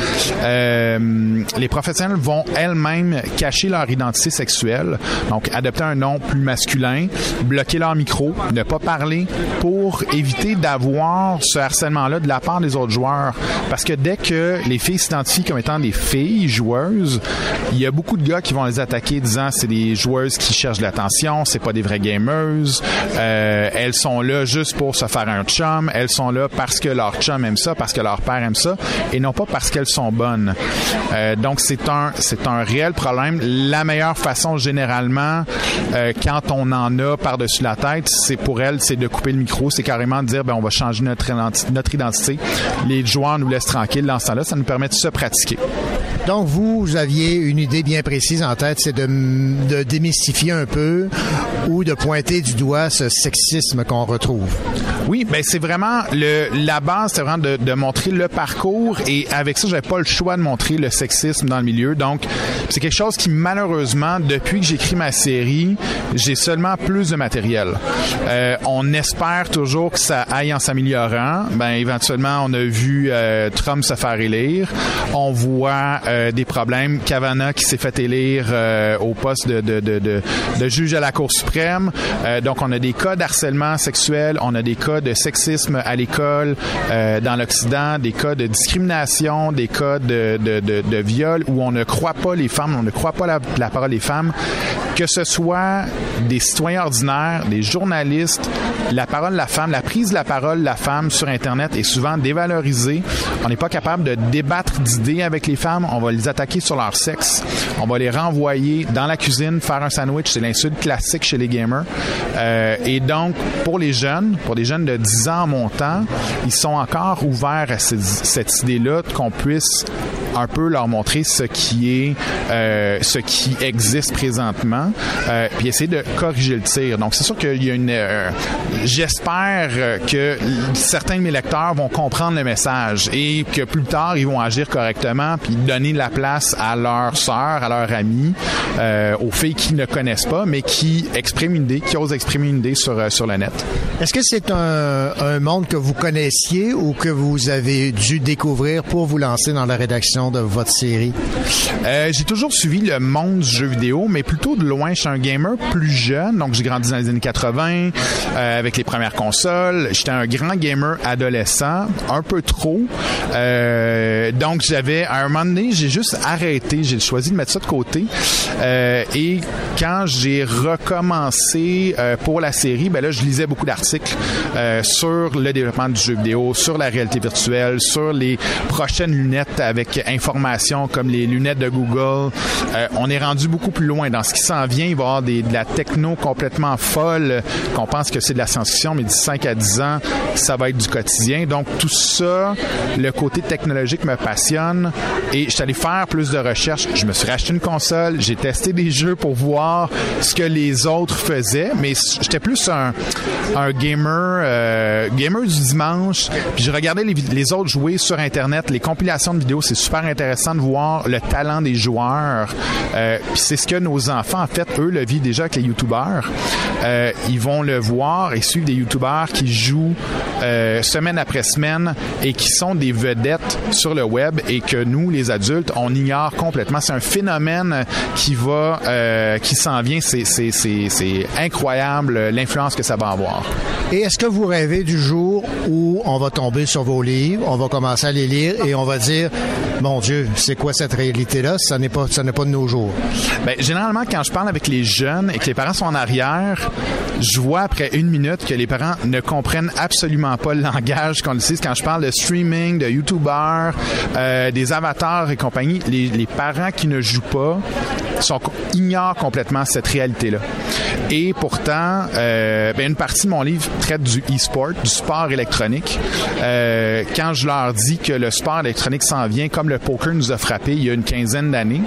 les professionnels vont elles-mêmes cacher leur identité sexuelle, donc adopter un nom plus masculin, bloquer leur micro, ne pas parler pour éviter d'avoir ce harcèlement-là de la part des autres joueurs. Parce que dès que les filles s'identifient comme étant des filles joueuses, il y a beaucoup de gars qui vont les attaquer disant c'est des joueuses qui cherchent de l'attention, c'est pas des vraies gamers, elles sont là juste pour se faire un chum, elles sont là parce que leur chum aime ça, parce que leur père aime ça, et non pas parce qu'elles sont bonnes. Donc c'est un réel problème. La meilleure façon généralement, quand on en a par-dessus la tête, c'est pour elles, c'est de couper le micro, c'est carrément de dire on va changer notre identité. Les joueurs nous laissent tranquilles dans ce temps-là, ça nous permet de se pratiquer. Donc, vous aviez une idée bien précise en tête, c'est de démystifier un peu ou de pointer du doigt ce sexisme qu'on retrouve. Oui, ben c'est vraiment la base, c'est vraiment de montrer le parcours, et avec ça, j'avais pas le choix de montrer le sexisme dans le milieu. Donc, c'est quelque chose qui, malheureusement, depuis que j'écris ma série, j'ai seulement plus de matériel. On espère toujours que ça aille en s'améliorant. Ben, éventuellement, on a vu Trump se faire élire. On voit des problèmes. Kavanaugh qui s'est fait élire au poste de juge à la Cour suprême. Donc, on a des cas d'harcèlement sexuel, on a des cas de sexisme à l'école dans l'Occident, des cas de discrimination, des cas de viol où on ne croit pas les femmes, on ne croit pas la parole des femmes, que ce soit des citoyens ordinaires, des journalistes, la parole de la femme, la prise de la parole de la femme sur Internet est souvent dévalorisée. On n'est pas capable de débattre d'idées avec les femmes, on va les attaquer sur leur sexe, on va les renvoyer dans la cuisine, faire un sandwich, c'est l'insulte classique chez les gamers. Et donc, pour les jeunes de 10 ans en montant, ils sont encore ouverts à cette idée-là qu'on puisse un peu leur montrer ce qui existe présentement, puis essayer de corriger le tir. Donc, c'est sûr qu'il y a j'espère que certains de mes lecteurs vont comprendre le message et que plus tard, ils vont agir correctement puis donner de la place à leurs sœurs, à leurs amis, aux filles qui ne connaissent pas, mais qui expriment une idée, qui osent exprimer une idée sur le net. Est-ce que c'est un monde que vous connaissiez ou que vous avez dû découvrir pour vous lancer dans la rédaction de votre série? J'ai toujours suivi le monde du jeu vidéo, mais plutôt de loin. Je suis un gamer plus jeune, donc j'ai grandi dans les années 80 avec les premières consoles. J'étais un grand gamer adolescent, un peu trop. Donc à un moment donné, j'ai juste arrêté. J'ai choisi de mettre ça de côté. Et quand j'ai recommencé pour la série, ben là, je lisais beaucoup d'articles sur le développement du jeu vidéo, sur la réalité virtuelle, sur les prochaines lunettes avec information comme les lunettes de Google. On est rendu beaucoup plus loin. Dans ce qui s'en vient, il va y avoir de la techno complètement folle, qu'on pense que c'est de la science-fiction, mais d'ici 5 à 10 ans, ça va être du quotidien. Donc, tout ça, le côté technologique me passionne et je suis allé faire plus de recherches. Je me suis racheté une console, j'ai testé des jeux pour voir ce que les autres faisaient, mais j'étais plus un gamer du dimanche, puis je regardais les autres jouer sur Internet, les compilations de vidéos, c'est super super intéressant de voir le talent des joueurs. Puis c'est ce que nos enfants, en fait, eux, le vivent déjà avec les YouTubers. Ils vont le voir et suivre des YouTubers qui jouent semaine après semaine et qui sont des vedettes sur le web et que nous, les adultes, on ignore complètement. C'est un phénomène qui s'en vient. C'est incroyable l'influence que ça va avoir. Et est-ce que vous rêvez du jour où on va tomber sur vos livres, on va commencer à les lire et on va dire, mon Dieu, c'est quoi cette réalité-là? Ça n'est pas de nos jours. Ben, généralement, quand je parle avec les jeunes et que les parents sont en arrière, je vois après 1 minute que les parents ne comprennent absolument pas le langage qu'on utilise. Quand je parle de streaming, de YouTubers, des avatars et compagnie, les parents qui ne jouent pas ignorent complètement cette réalité-là. Et pourtant, une partie de mon livre traite du e-sport, du sport électronique. Quand je leur dis que le sport électronique s'en vient, comme le poker nous a frappé il y a une 15aine d'années,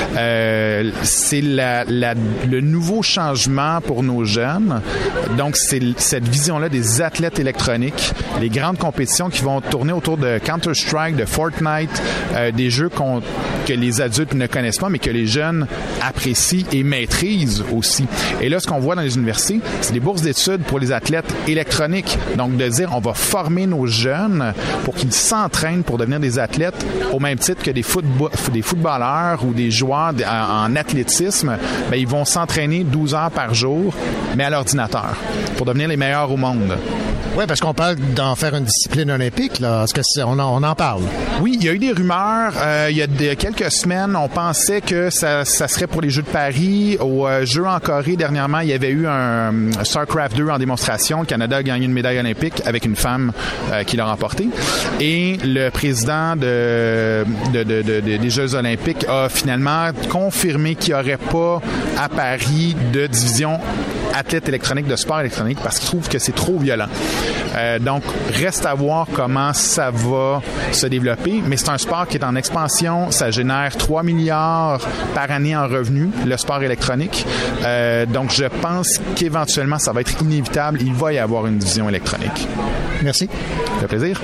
c'est le nouveau changement pour nos jeunes. Donc, c'est cette vision-là des athlètes électroniques, les grandes compétitions qui vont tourner autour de Counter-Strike, de Fortnite, des jeux que les adultes ne connaissent pas, mais que les jeunes apprécient et maîtrisent aussi. Et là, ce qu'on voit dans les universités, c'est des bourses d'études pour les athlètes électroniques. Donc, de dire, on va former nos jeunes pour qu'ils s'entraînent pour devenir des athlètes au même titre que des footballeurs ou des joueurs en athlétisme. Ben, ils vont s'entraîner 12 heures par jour, mais à l'ordinateur, pour devenir les meilleurs au monde. Oui, parce qu'on parle d'en faire une discipline olympique, là. Est-ce que on en parle? Oui, il y a eu des rumeurs. Il y a quelques semaines, on pensait que ça serait pour les Jeux de Paris. Aux Jeux en Corée, dernièrement, il y avait eu un StarCraft 2 en démonstration. Le Canada a gagné une médaille olympique avec une femme qui l'a remporté. Et le président des Jeux olympiques a finalement confirmé qu'il n'y aurait pas à Paris de division athlète électronique, de sport électronique, parce qu'il trouve que c'est trop violent. Donc, reste à voir comment ça va se développer, mais c'est un sport qui est en expansion. Ça génère 3 milliards par année en revenus, le sport électronique. Donc, je pense qu'éventuellement, ça va être inévitable. Il va y avoir une division électronique. Merci. Ça fait plaisir.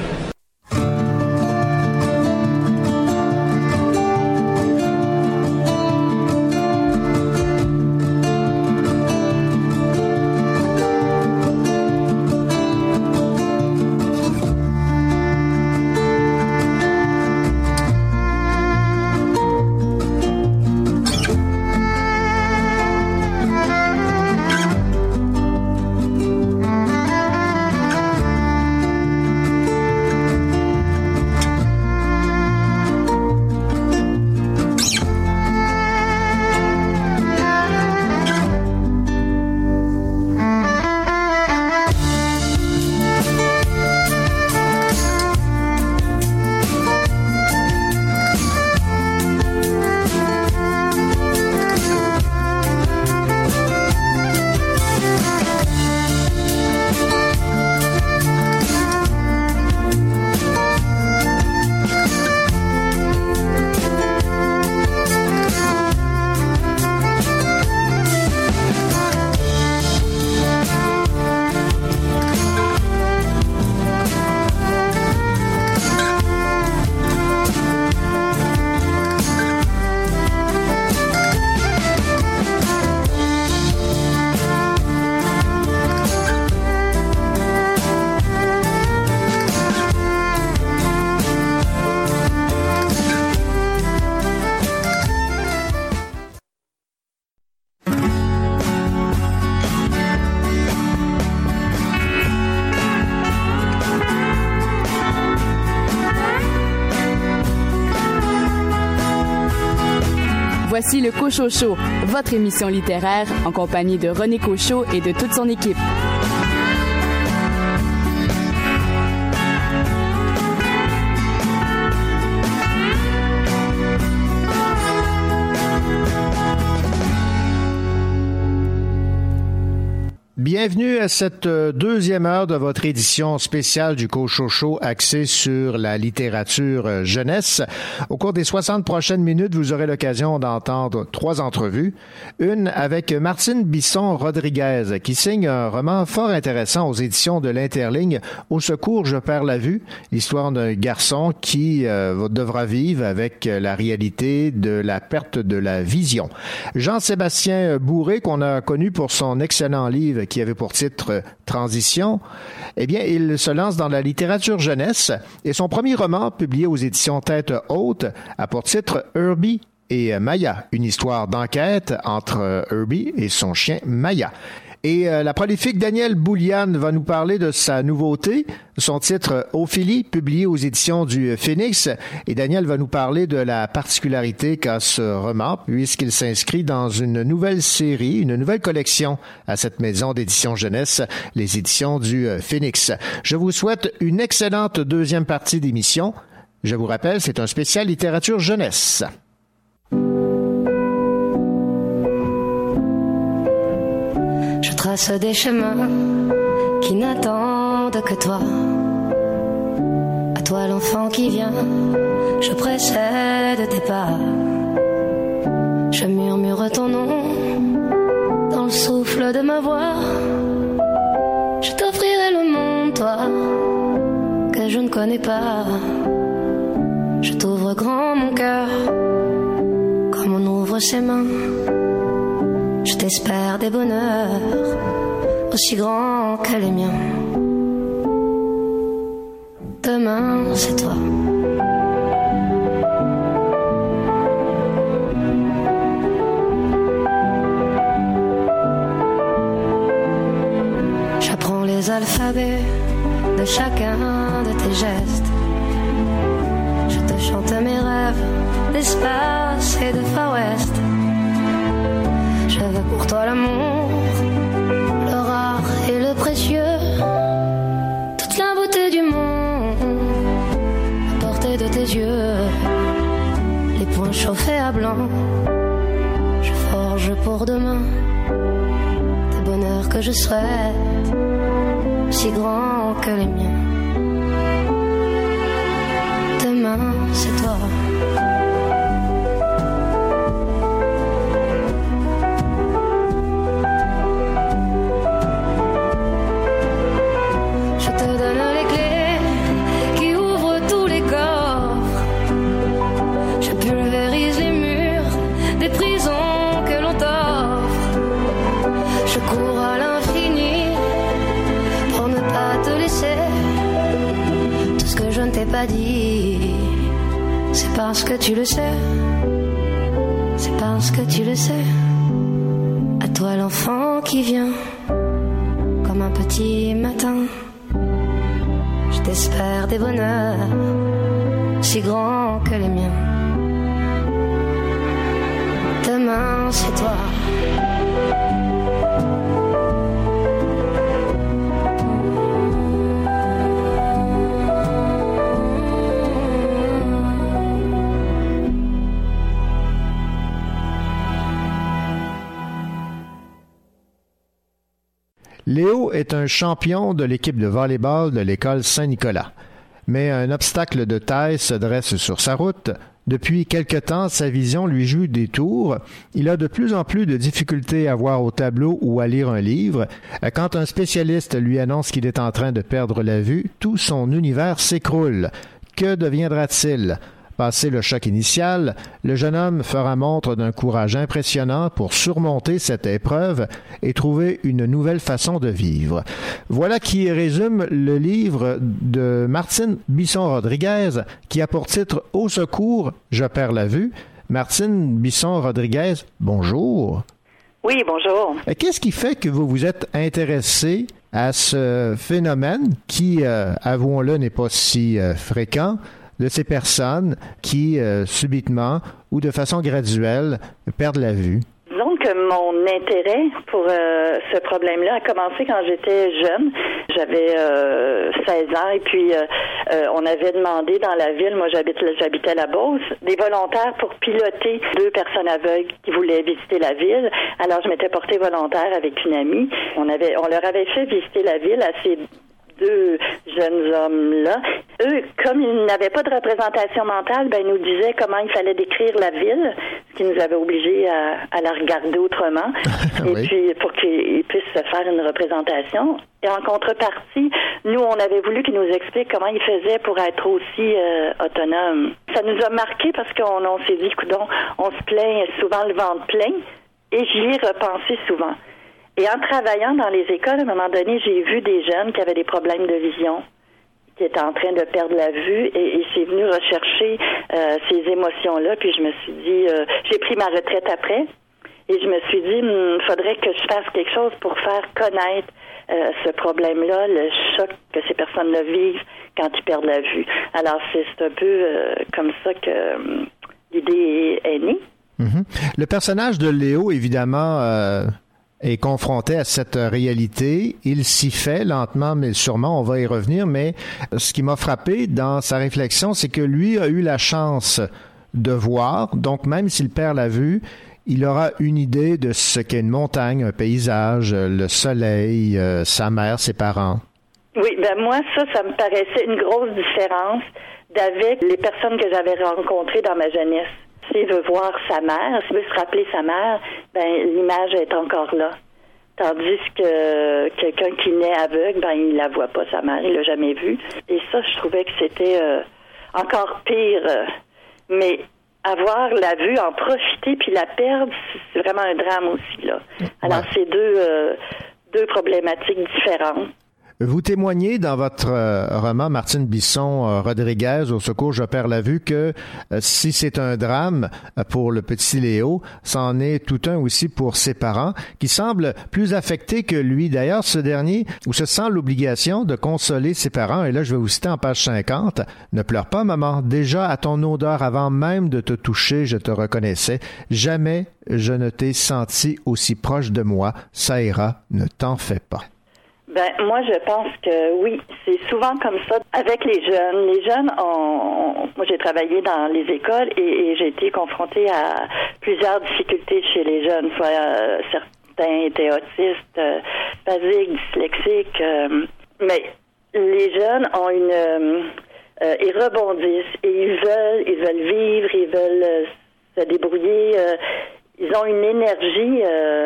Voici le Cochocho, votre émission littéraire en compagnie de René Cochot et de toute son équipe. Bienvenue à cette deuxième heure de votre édition spéciale du Cochocho axée sur la littérature jeunesse. Au cours des 60 prochaines minutes, vous aurez l'occasion d'entendre 3 entrevues. Une avec Martine Bisson-Rodriguez qui signe un roman fort intéressant aux éditions de l'Interligne, Au secours, je perds la vue, l'histoire d'un garçon qui devra vivre avec la réalité de la perte de la vision. Jean-Sébastien Bourré, qu'on a connu pour son excellent livre qui avait pour titre Transition, eh bien, il se lance dans la littérature jeunesse et son premier roman, publié aux éditions Tête Haute, a pour titre Herbie et Maya, une histoire d'enquête entre Herbie et son chien Maya. Et la prolifique Danielle Bouliane va nous parler de sa nouveauté, son titre Ophélie, publié aux éditions du Phénix. Et Danielle va nous parler de la particularité qu'a ce roman, puisqu'il s'inscrit dans une nouvelle série, une nouvelle collection à cette maison d'édition jeunesse, les éditions du Phénix. Je vous souhaite une excellente deuxième partie d'émission. Je vous rappelle, c'est un spécial littérature jeunesse. Je trace des chemins qui n'attendent que toi. À toi l'enfant qui vient, je précède tes pas. Je murmure ton nom dans le souffle de ma voix. Je t'offrirai le monde, toi, que je ne connais pas. Je t'ouvre grand mon cœur, comme on ouvre ses mains. Je t'espère des bonheurs aussi grands que les miens. Demain, c'est toi. J'apprends les alphabets de chacun de tes gestes. Je te chante mes rêves d'espace et de Far West. Je veux pour toi l'amour, le rare et le précieux, toute la beauté du monde, à portée de tes yeux, les poings chauffés à blanc. Je forge pour demain des bonheurs que je souhaite, si grands que les miens. Demain, c'est toi. Pas dit, c'est parce que tu le sais, c'est parce que tu le sais. À toi l'enfant qui vient, comme un petit matin. Je t'espère des bonheurs, si grands que les miens. Demain c'est toi. Léo est un champion de l'équipe de volley-ball de l'école Saint-Nicolas. Mais un obstacle de taille se dresse sur sa route. Depuis quelque temps, sa vision lui joue des tours. Il a de plus en plus de difficultés à voir au tableau ou à lire un livre. Quand un spécialiste lui annonce qu'il est en train de perdre la vue, tout son univers s'écroule. Que deviendra-t-il? Passé le choc initial, le jeune homme fera montre d'un courage impressionnant pour surmonter cette épreuve et trouver une nouvelle façon de vivre. Voilà qui résume le livre de Martine Bisson-Rodriguez qui a pour titre « Au secours, je perds la vue ». Martine Bisson-Rodriguez, bonjour. Oui, bonjour. Qu'est-ce qui fait que vous vous êtes intéressé à ce phénomène qui, avouons-le, n'est pas si fréquent, de ces personnes qui, subitement ou de façon graduelle, perdent la vue? Disons que mon intérêt pour ce problème-là a commencé quand j'étais jeune. J'avais 16 ans et puis on avait demandé dans la ville, moi j'habitais à la Beauce, des volontaires pour piloter 2 personnes aveugles qui voulaient visiter la ville. Alors je m'étais portée volontaire avec une amie. On leur avait fait visiter la ville à ces 2 jeunes hommes-là. Eux, comme ils n'avaient pas de représentation mentale, ils nous disaient comment il fallait décrire la ville, ce qui nous avait obligés à la regarder autrement. Et puis, pour qu'ils puissent se faire une représentation. Et en contrepartie, nous, on avait voulu qu'ils nous expliquent comment ils faisaient pour être aussi autonomes. Ça nous a marqué parce qu'on s'est dit, coudonc, on se plaint souvent le ventre plein, et j'y ai repensé souvent. Et en travaillant dans les écoles, à un moment donné, j'ai vu des jeunes qui avaient des problèmes de vision, qui étaient en train de perdre la vue, et c'est venu rechercher ces émotions-là. Puis je me suis dit, j'ai pris ma retraite après, et je me suis dit, faudrait que je fasse quelque chose pour faire connaître ce problème-là, le choc que ces personnes-là vivent quand ils perdent la vue. Alors c'est un peu comme ça que l'idée est née. Mm-hmm. Le personnage de Léo, évidemment, est confronté à cette réalité. Il s'y fait lentement, mais sûrement, on va y revenir. Mais ce qui m'a frappé dans sa réflexion, c'est que lui a eu la chance de voir. Donc, même s'il perd la vue, il aura une idée de ce qu'est une montagne, un paysage, le soleil, sa mère, ses parents. Oui, moi, ça me paraissait une grosse différence d'avec les personnes que j'avais rencontrées dans ma jeunesse. S'il veut voir sa mère, s'il veut se rappeler sa mère, l'image est encore là. Tandis que quelqu'un qui naît aveugle, il la voit pas, sa mère, il l'a jamais vue. Et ça, je trouvais que c'était encore pire. Mais avoir la vue, en profiter puis la perdre, c'est vraiment un drame aussi, là. Alors, c'est deux problématiques différentes. Vous témoignez dans votre roman Martine Bisson Rodriguez, Au secours, je perds la vue, que si c'est un drame pour le petit Léo, c'en est tout un aussi pour ses parents, qui semblent plus affectés que lui. D'ailleurs, ce dernier, où se sent l'obligation de consoler ses parents, et là, je vais vous citer en page 50, « Ne pleure pas, maman, déjà à ton odeur, avant même de te toucher, je te reconnaissais. Jamais je ne t'ai senti aussi proche de moi. Ça ira, ne t'en fais pas. » Moi, je pense que oui, c'est souvent comme ça avec les jeunes. Les jeunes moi, j'ai travaillé dans les écoles et j'ai été confrontée à plusieurs difficultés chez les jeunes. Soit certains étaient autistes, basiques, dyslexiques, mais les jeunes ont ils rebondissent et ils veulent vivre, ils veulent se débrouiller. Ils ont une énergie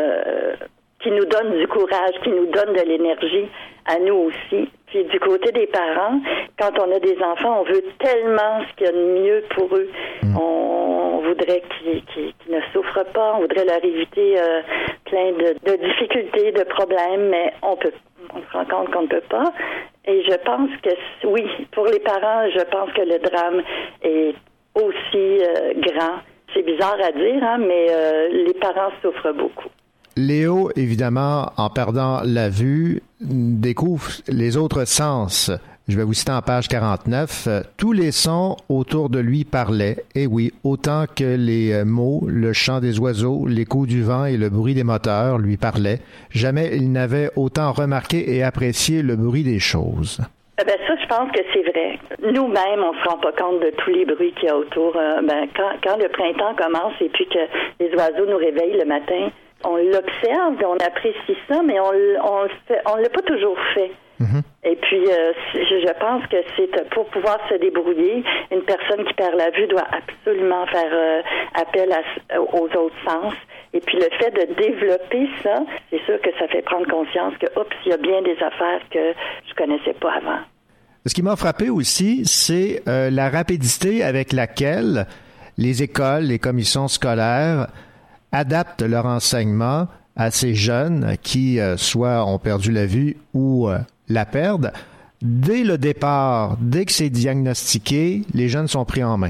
qui nous donne du courage, qui nous donne de l'énergie à nous aussi. Puis du côté des parents, quand on a des enfants, on veut tellement ce qu'il y a de mieux pour eux. On voudrait qu'ils ne souffrent pas, on voudrait leur éviter plein de difficultés, de problèmes, mais on se rend compte qu'on ne peut pas. Et je pense que, oui, pour les parents, je pense que le drame est aussi grand. C'est bizarre à dire, mais les parents souffrent beaucoup. Léo, évidemment, en perdant la vue, découvre les autres sens. Je vais vous citer en page 49. Tous les sons autour de lui parlaient, et oui, autant que les mots, le chant des oiseaux, l'écho du vent et le bruit des moteurs lui parlaient. Jamais il n'avait autant remarqué et apprécié le bruit des choses. Ça, je pense que c'est vrai. Nous-mêmes, on se rend pas compte de tous les bruits qu'il y a autour. Quand le printemps commence et puis que les oiseaux nous réveillent le matin, on l'observe, on apprécie ça, mais on l'a pas toujours fait. Mm-hmm. Et puis, je pense que c'est pour pouvoir se débrouiller, une personne qui perd la vue doit absolument faire appel aux autres sens. Et puis, le fait de développer ça, c'est sûr que ça fait prendre conscience que, il y a bien des affaires que je connaissais pas avant. Ce qui m'a frappé aussi, c'est la rapidité avec laquelle les écoles, les commissions scolaires adaptent leur enseignement à ces jeunes qui soit ont perdu la vue ou la perdent. Dès le départ, dès que c'est diagnostiqué, les jeunes sont pris en main.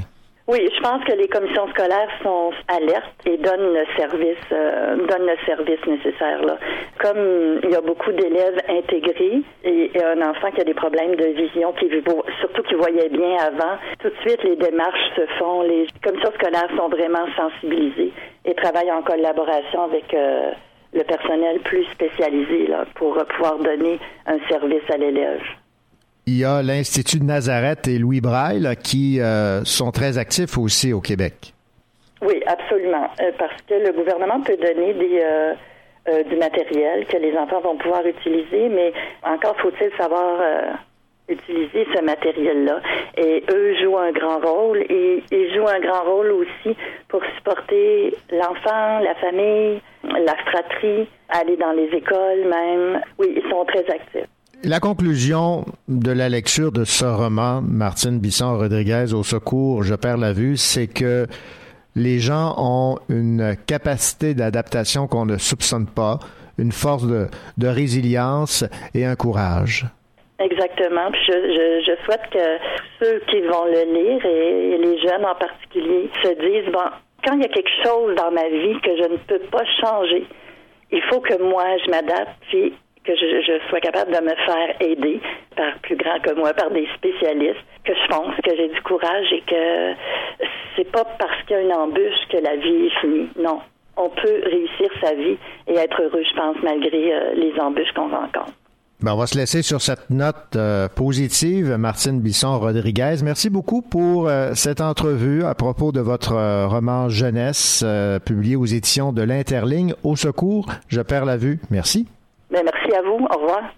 Oui, je pense que les commissions scolaires sont alertes et donnent le service nécessaire là. Comme il y a beaucoup d'élèves intégrés et un enfant qui a des problèmes de vision, surtout qui voyait bien avant, tout de suite les démarches se font. Les commissions scolaires sont vraiment sensibilisées et travaillent en collaboration avec le personnel plus spécialisé là pour pouvoir donner un service à l'élève. Il y a l'Institut de Nazareth et Louis Braille là, qui sont très actifs aussi au Québec. Oui, absolument. Parce que le gouvernement peut donner du matériel que les enfants vont pouvoir utiliser, mais encore faut-il savoir utiliser ce matériel-là. Et eux jouent un grand rôle. Et ils jouent un grand rôle aussi pour supporter l'enfant, la famille, la fratrie, aller dans les écoles même. Oui, ils sont très actifs. La conclusion de la lecture de ce roman, Martine Bisson-Rodriguez, Au secours, je perds la vue, c'est que les gens ont une capacité d'adaptation qu'on ne soupçonne pas, une force de résilience et un courage. Exactement. Puis je souhaite que ceux qui vont le lire, et les jeunes en particulier, se disent, bon, quand il y a quelque chose dans ma vie que je ne peux pas changer, il faut que moi, je m'adapte, puis que je sois capable de me faire aider par plus grand que moi, par des spécialistes, que je fonce, que j'ai du courage et que c'est pas parce qu'il y a une embûche que la vie est finie. Non. On peut réussir sa vie et être heureux, je pense, malgré les embûches qu'on rencontre. Ben, on va se laisser sur cette note positive, Martine Bisson-Rodriguez. Merci beaucoup pour cette entrevue à propos de votre roman jeunesse publié aux éditions de l'Interligne. Au secours, je perds la vue. Merci. Ben, merci à vous. Au revoir.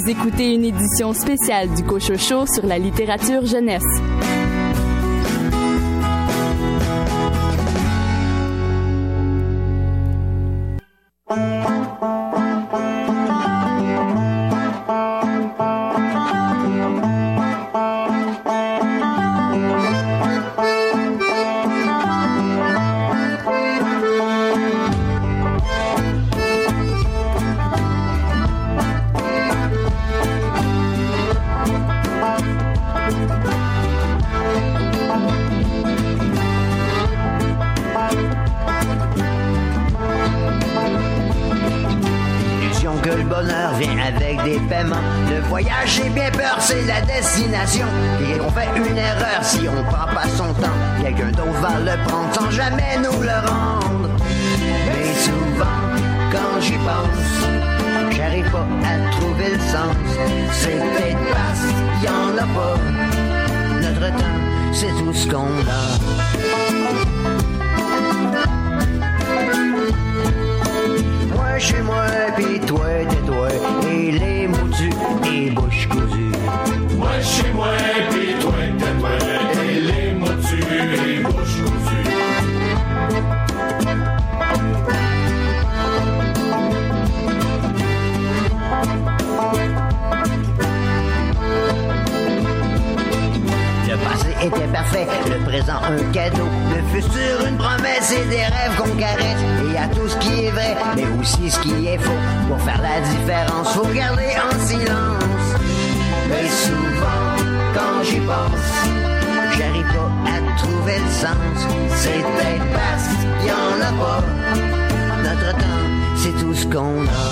Vous écoutez une édition spéciale du Cochocho sur la littérature jeunesse. Le voyage, j'ai bien peur, c'est la destination. Et on fait une erreur si on prend pas son temps. Quelqu'un d'autre va le prendre sans jamais nous le rendre. Mais souvent, quand j'y pense, j'arrive pas à trouver le sens. C'est peut-être parce qu'il y en a pas. Notre temps, c'est tout ce qu'on a. Moi, chez moi, pis toi, t'es toi. Et les moudus et bouches cousues. Moi, chez moi, pis toi, t'es toi. Et les moudus et bouches cousues. Le passé était parfait, le présent un cadeau, le futur une promesse et des rêves qu'on caresse. Et à tout ce qui est vrai, mais aussi ce qui est faux. Pour faire la différence, faut garder en silence. Mais souvent, quand j'y pense, j'arrive pas à trouver le sens. C'est peut-être parce qu'il y en a pas. Notre temps, c'est tout ce qu'on a.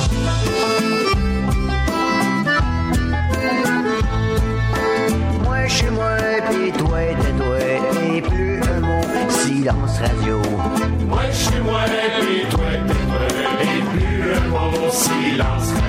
Moi, chez moi, pis toi, t'es toi. Et plus un mot, silence radio. Moi, chez moi, pis toi, t'es toi. Et plus un mot, silence radio.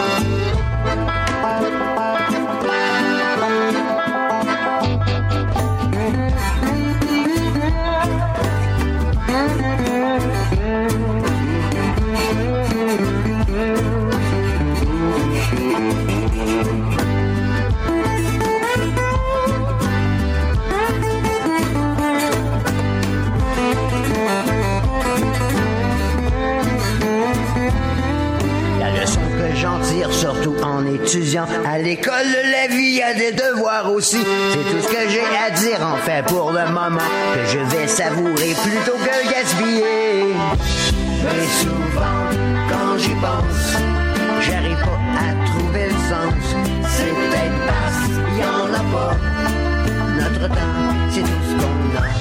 Surtout en étudiant à l'école de la vie, y a des devoirs aussi. C'est tout ce que j'ai à dire en fait pour le moment, que je vais savourer plutôt que le gaspiller. Mais souvent, quand j'y pense, j'arrive pas à trouver le sens. C'est peut-être parce qu'il y en a pas. Notre temps, c'est tout ce qu'on a.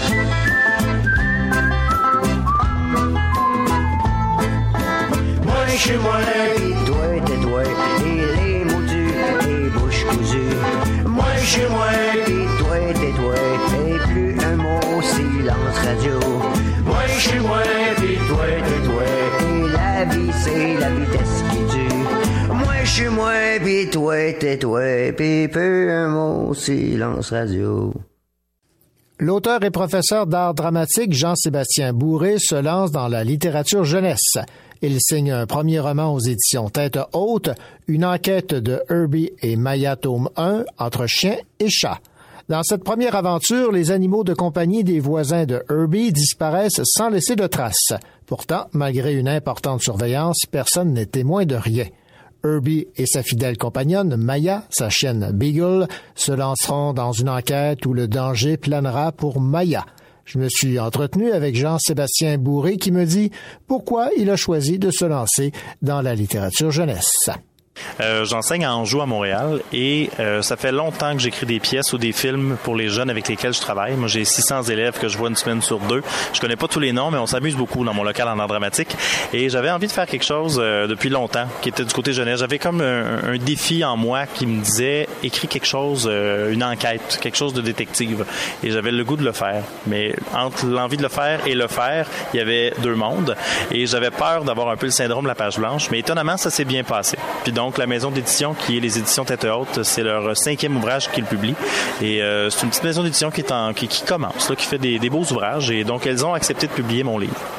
Moi, chez moi, pis toi, t'es toi. Et les moudus et bouches cousues. Moi, chez moi, pis toi, t'es toi. Et plus un mot, silence radio. Moi, chez moi, pis toi, t'es toi. Et la vie, c'est la vitesse qui tue. Moi, chez moi, pis toi, t'es toi. Pis peu un mot, silence radio. L'auteur et professeur d'art dramatique Jean-Sébastien Bourré se lance dans la littérature jeunesse. Il signe un premier roman aux éditions Tête Haute, une enquête de Herbie et Maya tome 1 entre chiens et chats. Dans cette première aventure, les animaux de compagnie des voisins de Herbie disparaissent sans laisser de traces. Pourtant, malgré une importante surveillance, personne n'est témoin de rien. Herbie et sa fidèle compagnonne, Maya, sa chienne Beagle, se lanceront dans une enquête où le danger planera pour Maya. Je me suis entretenu avec Jean-Sébastien Bourré qui me dit pourquoi il a choisi de se lancer dans la littérature jeunesse. J'enseigne à Anjou à Montréal et ça fait longtemps que j'écris des pièces ou des films pour les jeunes avec lesquels je travaille. Moi, j'ai 600 élèves que je vois une semaine sur 2. Je connais pas tous les noms, mais on s'amuse beaucoup dans mon local en art dramatique. Et j'avais envie de faire quelque chose depuis longtemps qui était du côté jeunesse. J'avais comme un défi en moi qui me disait écris quelque chose, une enquête, quelque chose de détective. Et j'avais le goût de le faire. Mais entre l'envie de le faire et le faire, il y avait deux mondes. Et j'avais peur d'avoir un peu le syndrome de la page blanche. Mais étonnamment, ça s'est bien passé. Puis donc, la maison d'édition qui est les éditions Tête Haute, c'est leur 5e ouvrage qu'ils publient. Et c'est une petite maison d'édition qui commence, là, qui fait des beaux ouvrages. Et donc, elles ont accepté de publier mon livre.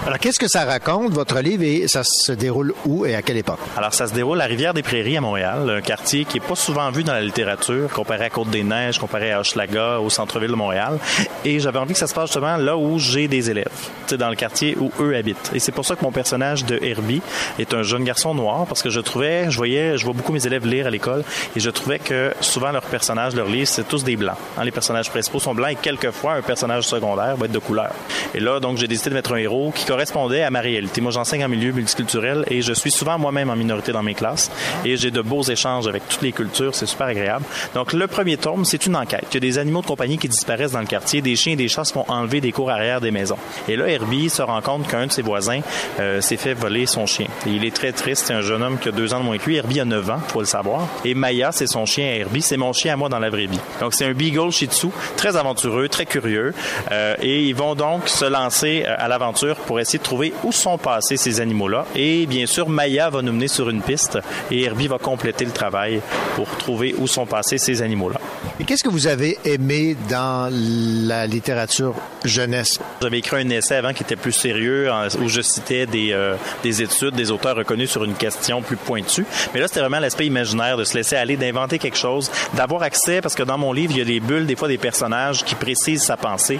Alors, qu'est-ce que ça raconte, votre livre, et ça se déroule où et à quelle époque? Alors, ça se déroule à Rivière-des-Prairies à Montréal, un quartier qui est pas souvent vu dans la littérature, comparé à Côte-des-Neiges, comparé à Hochelaga, au centre-ville de Montréal. Et j'avais envie que ça se passe justement là où j'ai des élèves, dans le quartier où eux habitent. Et c'est pour ça que mon personnage de Herbie est un jeune garçon noir, parce que je vois beaucoup mes élèves lire à l'école, et je trouvais que souvent leurs personnages, leurs livres, c'est tous des blancs. Les personnages principaux sont blancs, et quelquefois un personnage secondaire va être de couleur. Et là, donc, j'ai décidé de mettre un héros qui correspondait à ma réalité. Moi, j'enseigne en milieu multiculturel et je suis souvent moi-même en minorité dans mes classes, et j'ai de beaux échanges avec toutes les cultures, c'est super agréable. Donc, le premier tome, c'est une enquête. Il y a des animaux de compagnie qui disparaissent dans le quartier, des chiens et des chats se font enlever des cours arrière des maisons. Et là, Herbie se rend compte qu'un de ses voisins s'est fait voler son chien. Et il est très triste, c'est un jeune homme qui a 2 ans de moins que lui. Herbie a 9 ans, faut le savoir. Et Maya, c'est son chien à Herbie, c'est mon chien à moi dans la vraie vie. Donc, c'est un Beagle Shih Tzu, très aventureux, très curieux, et ils vont donc se lancer à l'aventure pour essayer de trouver où sont passés ces animaux-là. Et bien sûr, Maya va nous mener sur une piste et Herbie va compléter le travail pour trouver où sont passés ces animaux-là. Et qu'est-ce que vous avez aimé dans la littérature jeunesse? J'avais écrit un essai avant qui était plus sérieux, où je citais des études, des auteurs reconnus sur une question plus pointue. Mais là, c'était vraiment l'aspect imaginaire, de se laisser aller, d'inventer quelque chose, d'avoir accès, parce que dans mon livre, il y a des bulles, des fois des personnages qui précisent sa pensée.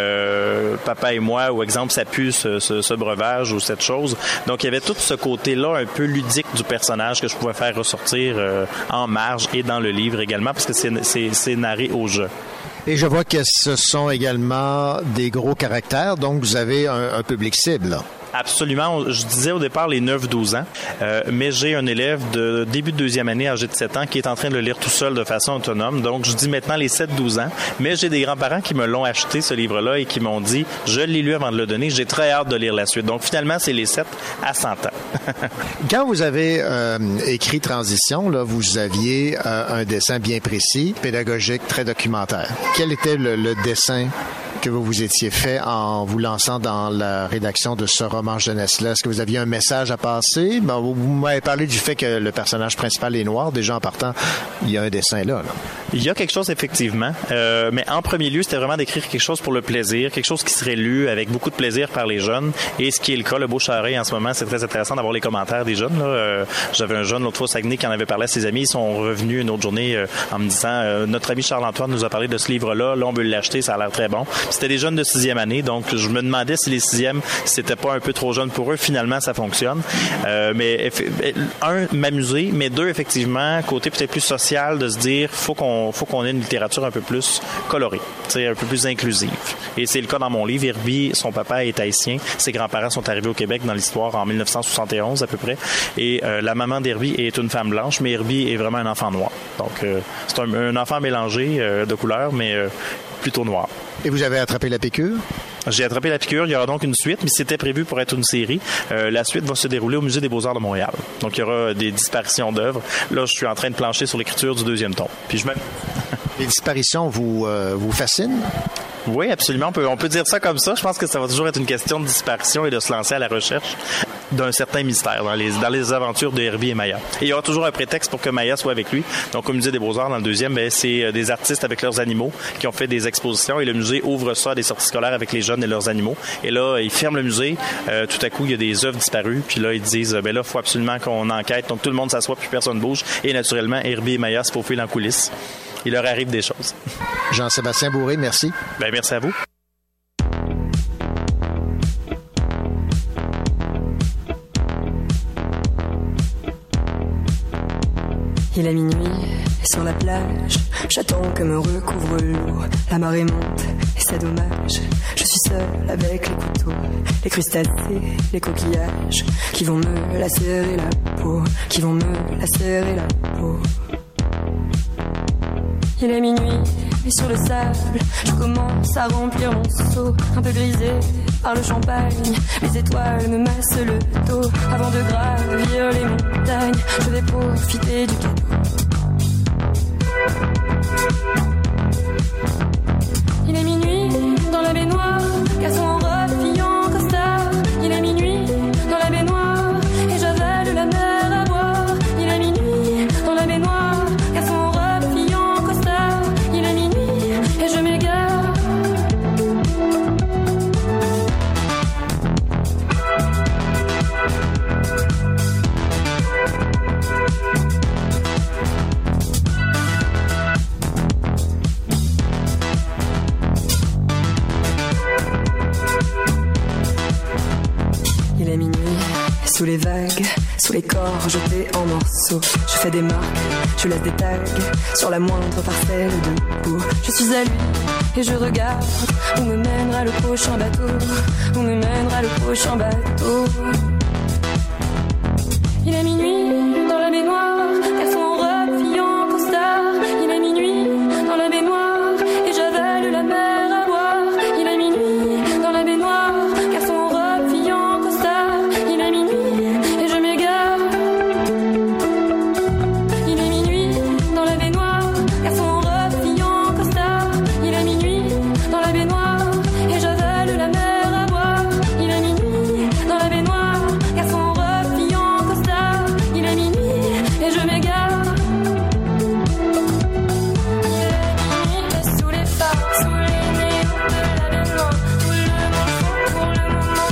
Papa et moi, ou exemple, ça pue ce breuvage ou cette chose. Donc, il y avait tout ce côté-là un peu ludique du personnage que je pouvais faire ressortir en marge et dans le livre également, parce que c'est narré au jeu. Et je vois que ce sont également des gros caractères, donc vous avez un public cible, là. Absolument. Je disais au départ les 9-12 ans, mais j'ai un élève de début de 2e année, âgé de 7 ans, qui est en train de le lire tout seul de façon autonome. Donc, je dis maintenant les 7-12 ans, mais j'ai des grands-parents qui me l'ont acheté, ce livre-là, et qui m'ont dit, je l'ai lu avant de le donner, j'ai très hâte de lire la suite. Donc, finalement, c'est les 7 à 100 ans. Quand vous avez écrit Transition, là, vous aviez un dessin bien précis, pédagogique, très documentaire. Quel était le dessin que vous vous étiez fait en vous lançant dans la rédaction de ce roman jeunesse-là? Est-ce que vous aviez un message à passer? Ben, vous m'avez parlé du fait que le personnage principal est noir. Déjà, en partant, il y a un dessin là. Il y a quelque chose, effectivement. Mais en premier lieu, c'était vraiment d'écrire quelque chose pour le plaisir, quelque chose qui serait lu avec beaucoup de plaisir par les jeunes. Et ce qui est le cas, le Beau Charest, en ce moment, c'est très intéressant d'avoir les commentaires des jeunes. Là. J'avais un jeune l'autre fois au Saguenay qui en avait parlé à ses amis. Ils sont revenus une autre journée en me disant notre ami Charles-Antoine nous a parlé de ce livre-là. Là, on veut l'acheter, ça a l'air très bon. C'était des jeunes de 6e année, donc je me demandais si les 6e, c'était pas un peu trop jeune pour eux. Finalement, ça fonctionne. Mais m'amuser, mais 2, effectivement, côté peut-être plus social, de se dire faut qu'on ait une littérature un peu plus colorée, un peu plus inclusive. Et c'est le cas dans mon livre. Herbie, son papa est haïtien. Ses grands-parents sont arrivés au Québec dans l'histoire en 1971 à peu près. Et la maman d'Herbie est une femme blanche, mais Herbie est vraiment un enfant noir. Donc, c'est un enfant mélangé de couleurs, mais plutôt noir. Et vous avez attrapé la piqûre? J'ai attrapé la piqûre. Il y aura donc une suite, mais c'était prévu pour être une série. La suite va se dérouler au Musée des Beaux-Arts de Montréal. Donc, il y aura des disparitions d'œuvres. Là, je suis en train de plancher sur l'écriture du 2e tome. Puis Les disparitions vous fascinent? Oui, absolument. On peut dire ça comme ça. Je pense que ça va toujours être une question de disparition et de se lancer à la recherche d'un certain mystère dans les aventures de Herbie et Maya. Et il y aura toujours un prétexte pour que Maya soit avec lui. Donc, au Musée des Beaux-Arts, dans le 2e, c'est des artistes avec leurs animaux qui ont fait des expositions et le musée ouvre ça à des sorties scolaires avec les jeunes et leurs animaux. Et là, ils ferment le musée. Tout à coup, il y a des œuvres disparues. Puis là, ils disent, là, il faut absolument qu'on enquête. Donc, tout le monde s'assoit puis personne bouge. Et naturellement, Herbie et Maya se faufilent en coulisses. Il leur arrive des choses. Jean-Sébastien Bourré, merci. Merci à vous. Il est minuit, et sur la plage, j'attends que me recouvre lourd. La marée monte, et c'est dommage. Je suis seul avec les couteaux, les crustacés, les coquillages, qui vont me lacérer la peau, qui vont me lacérer la peau. Il est minuit, et sur le sable, je commence à remplir mon seau. Un peu grisé par le champagne, les étoiles me massent le dos. Avant de gravir les montagnes, je vais profiter du cadeau. Il est minuit dans la baignoire, garçon en robe, fille en costard. Il est minuit dans la baignoire, et j'avale la mer à boire. Il est minuit dans la baignoire, garçon en robe, fille en costard. Il est minuit et je m'égare. minuit, sous les vagues, sous les corps jetés en morceaux. Je fais des marques, je laisse des tags sur la moindre parcelle de peau. Je suis à lui et je regarde où me mènera le prochain bateau, où me mènera le prochain bateau. Il est minuit dans la baignoire, garçon robe, en costard. Il est minuit dans la baignoire et j'avale la mer à boire. Il est minuit dans la baignoire, garçon robe, en costard. Il est minuit et je m'égare. Il est minuit dans la baignoire, garçon robe, en costard. Il est minuit dans la baignoire et j'avale la mer à boire. Il est minuit dans la baignoire, garçon robe, en costard. Il est minuit et je m'égare. Il est minuit et sous les phares, sous les néons de la baignoire, tout le monde fond pour le moment.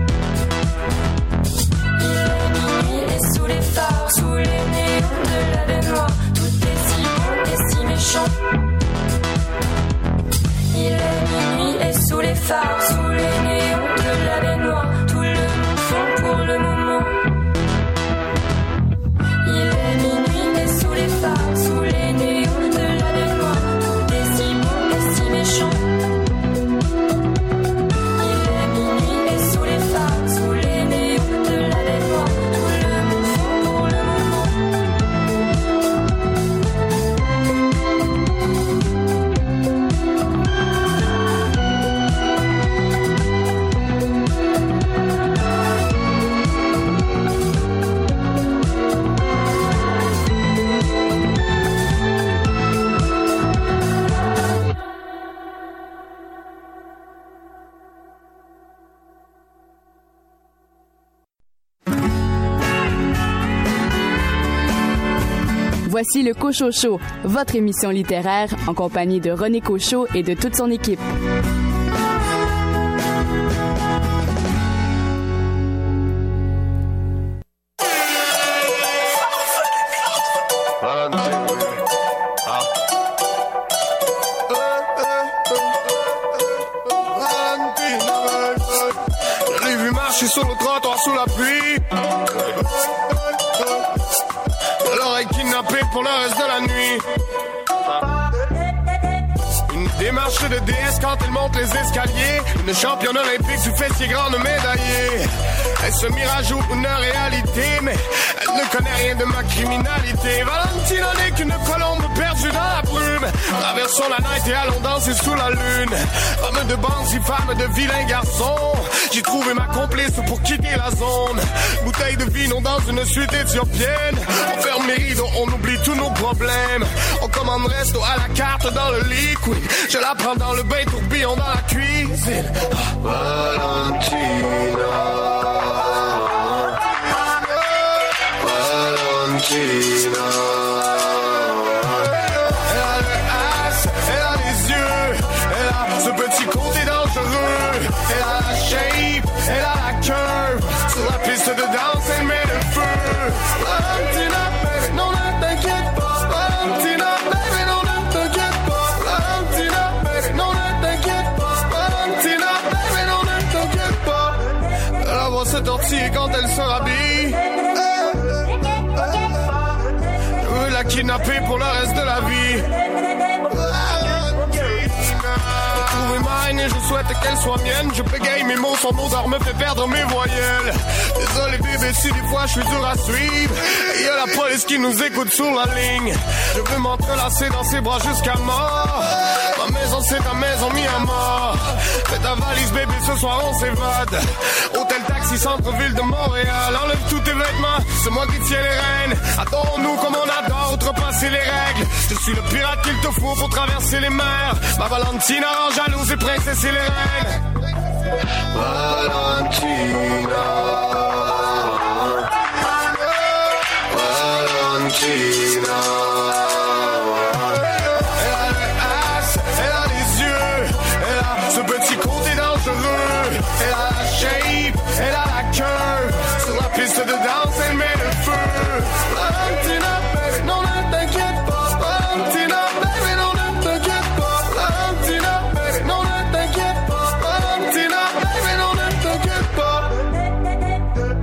Il est minuit et sous les phares, sous les néons de la baignoire, tout est si bon et si méchant. Il est minuit et sous les phares, sous les néons de la baignoire, tout le monde fond pour le moment. Il est minuit et sous les phares, sous les néons de la baignoire, tout est si bon et si méchant. Il est minuit et sous les phares, sous les néons de la baignoire, tout le monde fond pour le moment. Voici le Cochot Show, votre émission littéraire en compagnie de René Cochot et de toute son équipe. Je l'ai vu marcher sur le trottoir sous la pluie. L'oreille kidnappée pour le reste de la nuit. Une démarche de déesse quand elle monte les escaliers. Une championne olympique du fessier grande médaillée. Est-ce un mirage ou une réalité? Mais elle ne connaît rien de ma criminalité. Valentina n'est qu'une colombe perdue dans la brume. Traversons la night et allons danser sous la lune. Femme de bandits, femme de vilains garçons. J'ai trouvé ma complice pour quitter la zone. Bouteille de vino dans une suite éthiopienne. On ferme les rideaux, on oublie tous nos problèmes. On commande resto à la carte dans le liquide. Je la prends dans le bain, tourbillon dans la cuisine. Valentina. Valentina. Elle a le as, elle a les yeux, elle a ce petit côté dangereux. Elle a la shape, elle a la curve. Sur la piste de danse, elle met le feu. Valentina, baby, non, ne t'inquiète pas. Valentina, baby, non, ne t'inquiète pas. Valentina, baby, non, ne t'inquiète pas. Valentina, baby, non, ne t'inquiète pas. Elle va se tortiller quand elle se rhabille. Je veux la kidnapper pour le reste de la vie. J'ai trouvé ma haine et je souhaite qu'elle soit mienne. Je bégaye mes mots, son odeur me fait perdre mes voyelles. Désolé bébé si des fois je suis dur à suivre. Et y'a la police qui nous écoute sur la ligne. Je veux m'entrelacer dans ses bras jusqu'à mort. Ma maison c'est ta maison mis à mort. Fais ta valise bébé, ce soir on s'évade. Hôtel taxi centre-ville de Montréal. Enlève tous tes vêtements, c'est moi qui tiens les rênes. Adore-nous comme on adore, outrepasser les règles. Je suis le pirate qu'il te faut pour traverser les mers. Ma Valentina rend jalouse et princesse et les reines. Valentina. Valentina. Elle a le as, elle a les yeux, elle a ce petit côté dangereux. Elle a la shape, elle a la curve. Sur la piste de danse, elle met le feu. Valentina, baby, non, ne t'inquiète pas. Valentina, baby, non, ne t'inquiète pas. Valentina, baby, non, ne t'inquiète pas. Valentina, baby, non, ne t'inquiète pas.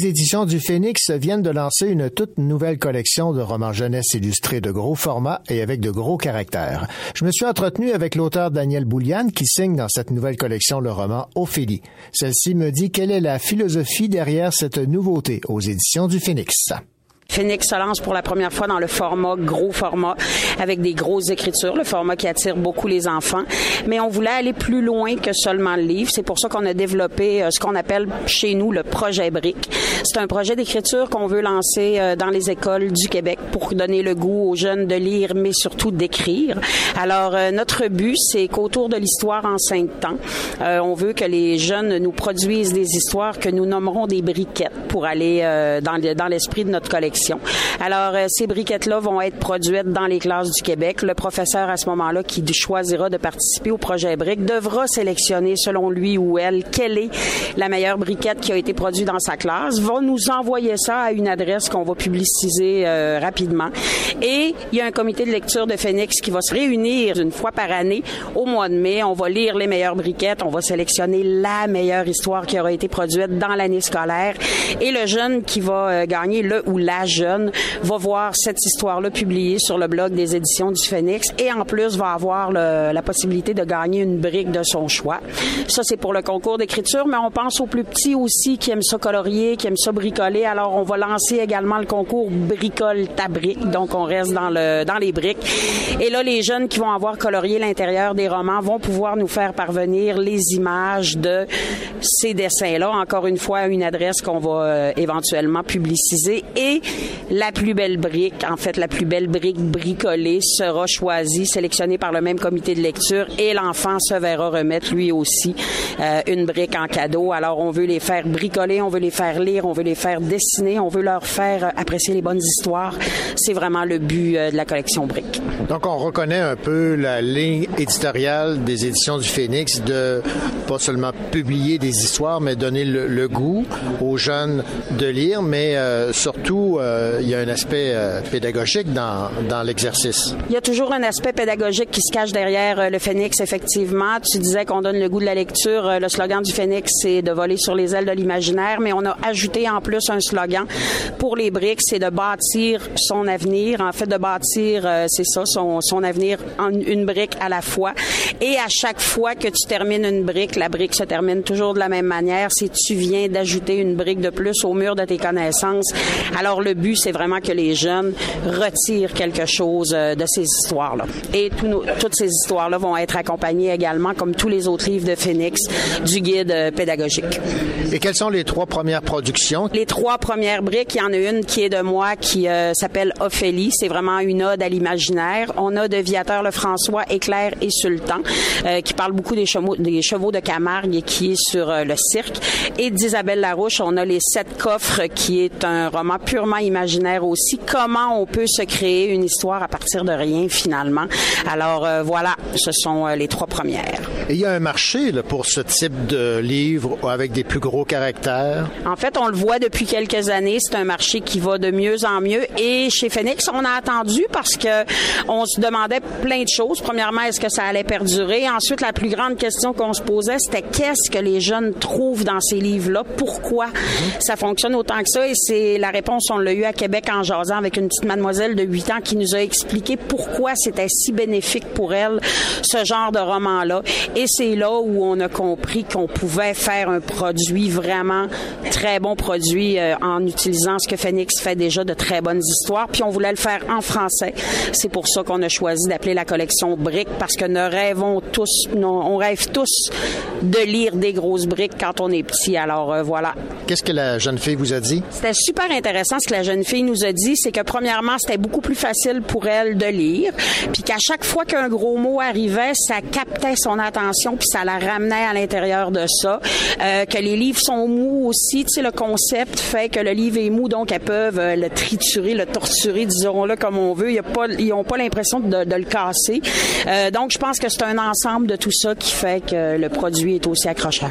les éditions du Phénix viennent de lancer une toute nouvelle collection de romans jeunesse illustrés de gros format et avec de gros caractères. Je me suis entretenu avec l'auteur Danielle Bouliane qui signe dans cette nouvelle collection le roman Ophélie. Celle-ci me dit quelle est la philosophie derrière cette nouveauté aux éditions du Phénix. Phénix se lance pour la première fois dans le format, gros format, avec des grosses écritures, le format qui attire beaucoup les enfants. Mais on voulait aller plus loin que seulement le livre. C'est pour ça qu'on a développé ce qu'on appelle chez nous le projet BRIC. C'est un projet d'écriture qu'on veut lancer dans les écoles du Québec pour donner le goût aux jeunes de lire, mais surtout d'écrire. Alors, notre but, c'est qu'autour de l'histoire en 5 temps, on veut que les jeunes nous produisent des histoires que nous nommerons des briquettes pour aller dans l'esprit de notre collection. Alors, ces briquettes-là vont être produites dans les classes du Québec. Le professeur, à ce moment-là, qui choisira de participer au projet BRIC, devra sélectionner, selon lui ou elle, quelle est la meilleure briquette qui a été produite dans sa classe, va nous envoyer ça à une adresse qu'on va publiciser rapidement. Et il y a un comité de lecture de Phénix qui va se réunir une fois par année au mois de mai. On va lire les meilleures briquettes, on va sélectionner la meilleure histoire qui aura été produite dans l'année scolaire. Et le jeune qui va gagner, le ou la jeune, va voir cette histoire-là publiée sur le blog des éditions du Phénix et en plus va avoir la possibilité de gagner une brique de son choix. Ça, c'est pour le concours d'écriture, mais on pense aux plus petits aussi qui aiment ça colorier, qui aiment ça bricoler. Alors, on va lancer également le concours Bricole ta brique. Donc, on reste dans les briques. Et là, les jeunes qui vont avoir colorié l'intérieur des romans vont pouvoir nous faire parvenir les images de ces dessins-là. Encore une fois, à une adresse qu'on va éventuellement publiciser. Et la plus belle brique, en fait, la plus belle brique bricolée sera choisie, sélectionnée par le même comité de lecture et l'enfant se verra remettre lui aussi une brique en cadeau. Alors, on veut les faire bricoler, on veut les faire lire, on veut les faire dessiner, on veut leur faire apprécier les bonnes histoires. C'est vraiment le but de la collection BRIC. Donc, on reconnaît un peu la ligne éditoriale des éditions du Phénix de pas seulement publier des histoires, mais donner le goût aux jeunes de lire, mais surtout, il y a un aspect pédagogique dans l'exercice. Il y a toujours un aspect pédagogique qui se cache derrière le Phénix, effectivement. Tu disais qu'on donne le goût de la lecture. Le slogan du Phénix, c'est de voler sur les ailes de l'imaginaire, mais on a ajouté en plus un slogan pour les briques, c'est de bâtir son avenir. En fait, de bâtir, c'est ça, son avenir en une brique à la fois. Et à chaque fois que tu termines une brique, la brique se termine toujours de la même manière. Si tu viens d'ajouter une brique de plus au mur de tes connaissances, alors le but, c'est vraiment que les jeunes retirent quelque chose de ces histoires-là. Et toutes ces histoires-là vont être accompagnées également, comme tous les autres livres de Phénix, du guide pédagogique. Et quelles sont les 3 premières productions? Les 3 premières briques, il y en a une qui est de moi qui s'appelle Ophélie. C'est vraiment une ode à l'imaginaire. On a de Viateur Lefrançois, Éclair et Sultan, qui parle beaucoup des chevaux de Camargue et qui est sur le cirque. Et d'Isabelle Larouche, on a Les 7 coffres, qui est un roman purement imaginaire aussi. Comment on peut se créer une histoire à partir de rien, finalement. Alors, voilà, ce sont les 3 premières. Et il y a un marché là, pour ce type de livre avec des plus gros caractères? En fait, on le voit depuis quelques années. C'est un marché qui va de mieux en mieux. Et chez Phénix, on a attendu parce que on se demandait plein de choses. Premièrement, est-ce que ça allait perdurer? Ensuite, la plus grande question qu'on se posait, c'était qu'est-ce que les jeunes trouvent dans ces livres-là? Pourquoi ça fonctionne autant que ça? Et c'est la réponse, on l'a eu à Québec en jasant avec une petite mademoiselle de 8 ans qui nous a expliqué pourquoi c'était si bénéfique pour elle, ce genre de roman-là. Et c'est là où on a compris qu'on pouvait faire un produit vraiment très bon produit en utilisant ce que Phénix fait déjà de très bonnes histoires. Puis on voulait le faire en français. C'est pour ça qu'on a choisi d'appeler la collection BRIC, parce que on rêve tous de lire des grosses briques quand on est petit. Alors voilà. Qu'est-ce que la jeune fille vous a dit? C'était super intéressant ce que la jeune fille nous a dit, c'est que premièrement, c'était beaucoup plus facile pour elle de lire, puis qu'à chaque fois qu'un gros mot arrivait, ça captait son attention, puis ça la ramenait à l'intérieur de ça. Que les livres sont mous aussi, tu sais, le concept fait que le livre est mou, donc elles peuvent le triturer, le torturer, disons-le comme on veut. Ils n'ont pas l'impression de le casser. Donc, je pense que c'est un ensemble de tout ça qui fait que le produit est aussi accrocheur.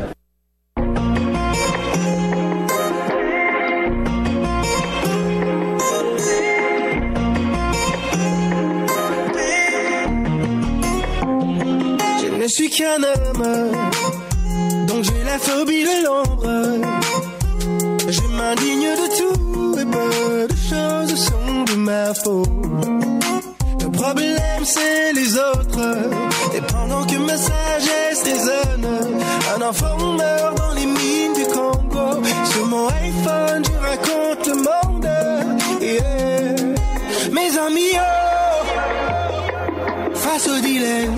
Je ne suis qu'un homme, donc j'ai la phobie de l'ombre. Je m'indigne de tout et peu de choses sont de ma faute. Le problème c'est les autres. Et pendant que ma sagesse résonne, un enfant meurt dans les mines du Congo. Sur mon iPhone je raconte le monde. Yeah. Mes amis, oh, face au dilemme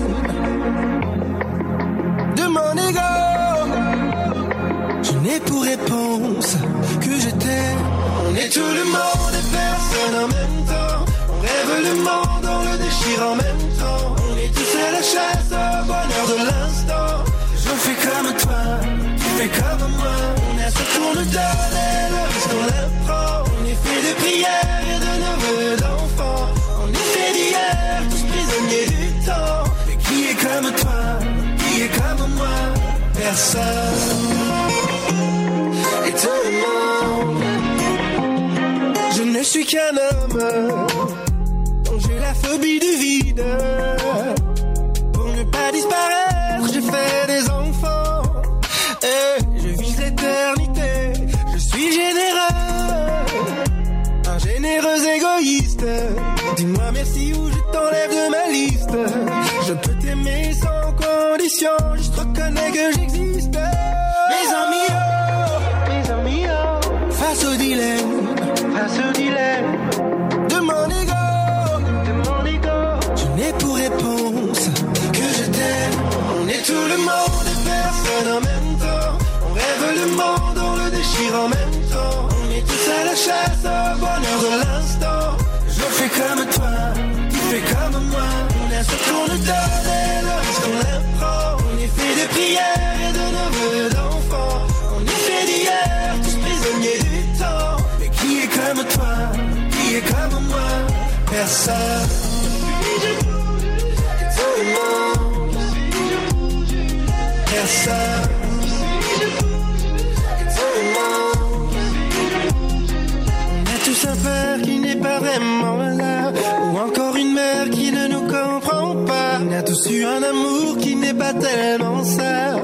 de mon ego, je n'ai pour réponse que je t'aime. On est tout le monde et personne en même temps. On rêve le monde, on le déchire en même temps. On est tous à la chasse au bonheur de l'instant. Je fais comme toi, tu fais comme moi. On a ce qu'on nous donne et le reste on l'apprend. On est fait de prières et de neveux d'enfants. On est fait d'hier, tous prisonniers du temps. Mais qui est comme toi, qui est comme moi? Personne. Et tout le monde. Je ne suis qu'un homme dont j'ai la phobie du vide. Pour ne pas disparaître, j'ai fait des enfants. Et je vise l'éternité. Je suis généreux, un généreux égoïste. Dis-moi merci ou je t'enlève de ma liste. Je peux t'aimer sans condition, juste reconnais que j'existe. Mes amis, oh, face au dilemme de mon ego, je n'ai pour réponse que je t'aime. On est tout le monde et personne en même temps. On rêve le monde, on le déchire en même temps. On est tous à la chasse au bonheur de l'instant. Je fais comme toi, tu fais comme moi. On a ce qu'on nous donne et le reste on l'apprend. On est fait de prières et de neveux d'enfants. On est fait d'hier, tous prisonniers du temps. Mais qui est comme toi, qui est comme moi? Personne. Tout le monde. Personne. Tout le monde. On a tous un père qui n'est pas vraiment là, ou encore une mère qui ne nous comprend pas. On a tous eu un amour qui n'est pas tellement ça.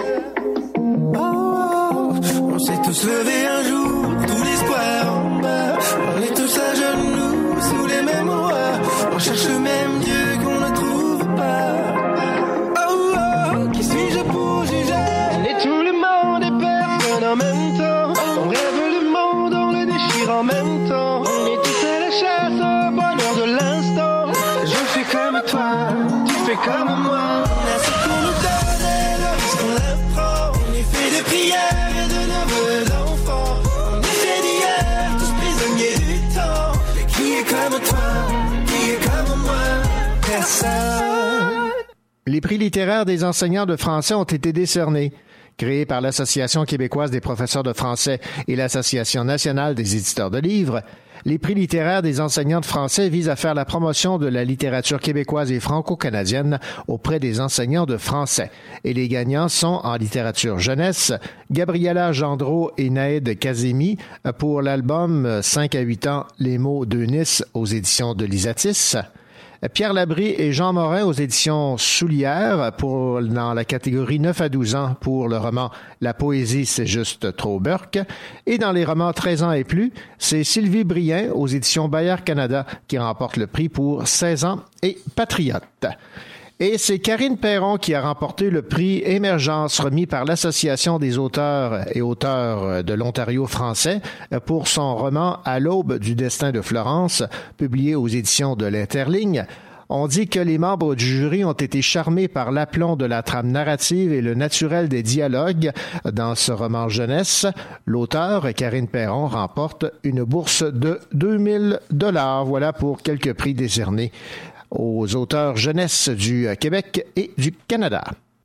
Oh, on s'est tous levés un jour, tout l'espoir en bas. On est tous à genoux sous les mêmes rois. On cherche le même Dieu qu'on ne trouve pas. Oh, oh, qui suis-je pour juger? On est tout le monde et personne en même temps. On rêve le monde, on le déchire en même temps. On est tous à la chasse au bonheur de l'instant. Je fais comme toi, tu fais comme moi. On a ce qu'on nous donne et le reste on l'apprend. On est fait de prières et de neveux d'enfants. On est fait d'hier, tous prisonniers du temps. Mais qui est comme toi, qui est comme moi? Personne. Les prix littéraires des enseignants de français ont été décernés. Créés par l'Association québécoise des professeurs de français et l'Association nationale des éditeurs de livres, les prix littéraires des enseignants de français visent à faire la promotion de la littérature québécoise et franco-canadienne auprès des enseignants de français. Et les gagnants sont, en littérature jeunesse, Gabriela Gendreau et Naïd Kazemi pour l'album 5 à 8 ans, Les mots d'Eunice aux éditions de Lisatis, Pierre Labrie et Jean Morin aux éditions Soulières dans la catégorie 9 à 12 ans pour le roman La poésie, c'est juste trop Burke. Et dans les romans 13 ans et plus, c'est Sylvie Brien aux éditions Bayard Canada qui remporte le prix pour 16 ans et Patriote. Et c'est Karine Perron qui a remporté le prix Émergence remis par l'Association des auteurs et auteurs de l'Ontario français pour son roman À l'aube du destin de Florence, publié aux éditions de l'Interligne. On dit que les membres du jury ont été charmés par l'aplomb de la trame narrative et le naturel des dialogues dans ce roman jeunesse. L'auteur, Karine Perron, remporte une bourse de 2000 $. Voilà pour quelques prix décernés aux auteurs jeunesse du Québec et du Canada.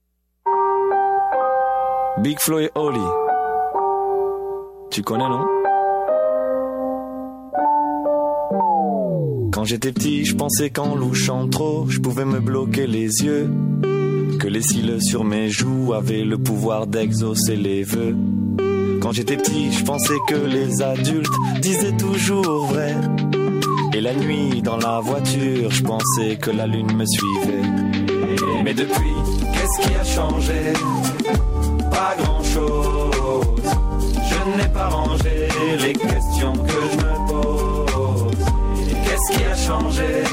Big Flo et Oli. Tu connais, non? Quand j'étais petit, je pensais qu'en louchant trop, je pouvais me bloquer les yeux. Que les cils sur mes joues avaient le pouvoir d'exaucer les vœux. Quand j'étais petit, je pensais que les adultes disaient toujours vrai. Et la nuit, dans la voiture, je pensais que la lune me suivait. Mais depuis, qu'est-ce qui a changé? Pas grand-chose. Je n'ai pas pas rangé les questions que je me pose. Qu'est-ce qui a changé?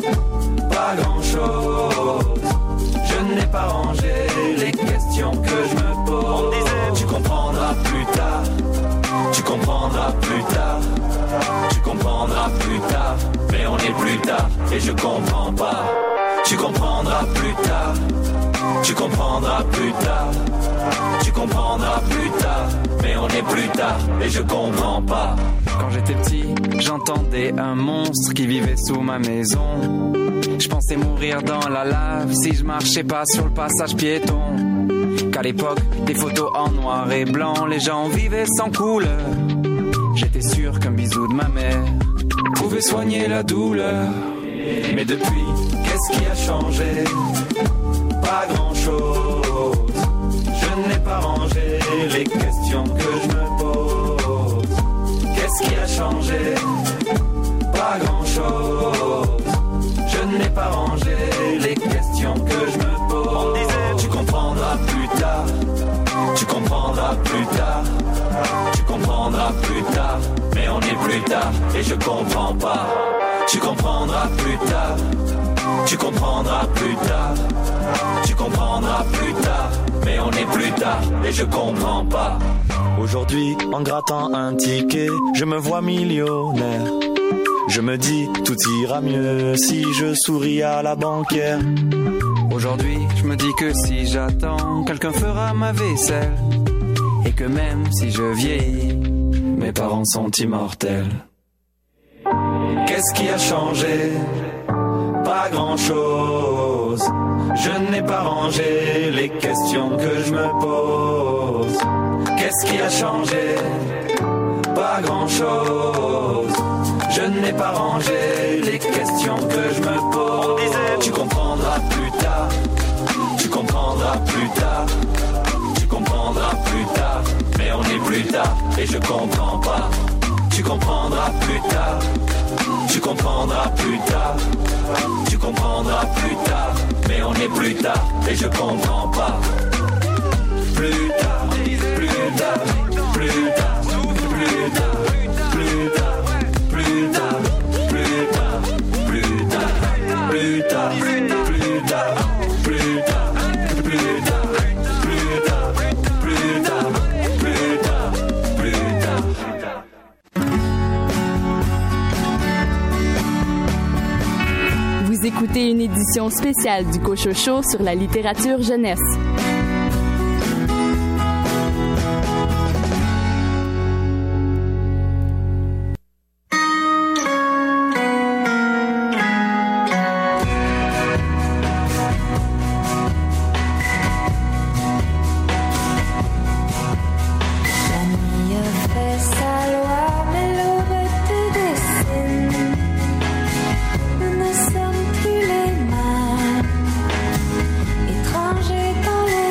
Pas grand-chose. Je n'ai pas rangé les questions que je me pose. On me disait, tu comprendras plus tard. Tu comprendras plus tard. Tu comprendras plus tard. Mais on est plus tard et je comprends pas. Tu comprendras plus tard. Tu comprendras plus tard. Tu comprendras plus tard. Mais on est plus tard et je comprends pas. Quand j'étais petit, j'entendais un monstre qui vivait sous ma maison. Je pensais mourir dans la lave si je marchais pas sur le passage piéton. Qu'à l'époque, des photos en noir et blanc, les gens vivaient sans couleur. J'étais sûr qu'un bisou de ma mère pouvait soigner la douleur. Mais depuis, qu'est-ce qui a changé? Pas grand-chose. Je n'ai pas rangé les questions que je me pose. Qu'est-ce qui a changé? Pas grand-chose. Je n'ai pas rangé les questions que je me pose. On me disait, tu comprendras plus tard. Tu comprendras plus tard. Tu comprendras plus tard. Mais on est plus tard et je comprends pas. Tu comprendras plus tard. Tu comprendras plus tard. Tu comprendras plus tard. Mais on est plus tard et je comprends pas. Aujourd'hui, en grattant un ticket, je me vois millionnaire. Je me dis, tout ira mieux si je souris à la banquière. Aujourd'hui, je me dis que si j'attends, quelqu'un fera ma vaisselle. Et que même si je vieillis, mes parents sont immortels. Qu'est-ce qui a changé? Pas grand-chose. Je n'ai pas rangé les questions que je me pose. Qu'est-ce qui a changé? Pas grand-chose. Je n'ai pas rangé les questions que je me pose. On disait, tu comprendras plus tard. Tu comprendras plus tard. Tu comprendras plus tard. Mais on est plus tard et je comprends pas. Tu comprendras plus tard. Tu comprendras plus tard. Tu comprendras plus tard. Mais on est plus tard et je comprends pas. Plus tard, plus tard, plus tard, plus tard, plus tard, plus tard, plus tard, plus tard, plus tard, plus tard, plus tard, plus tard, plus tard, plus tard, plus tard, plus tard. Vous écoutez une édition spéciale du Cochocho sur la littérature jeunesse. Étranger dans les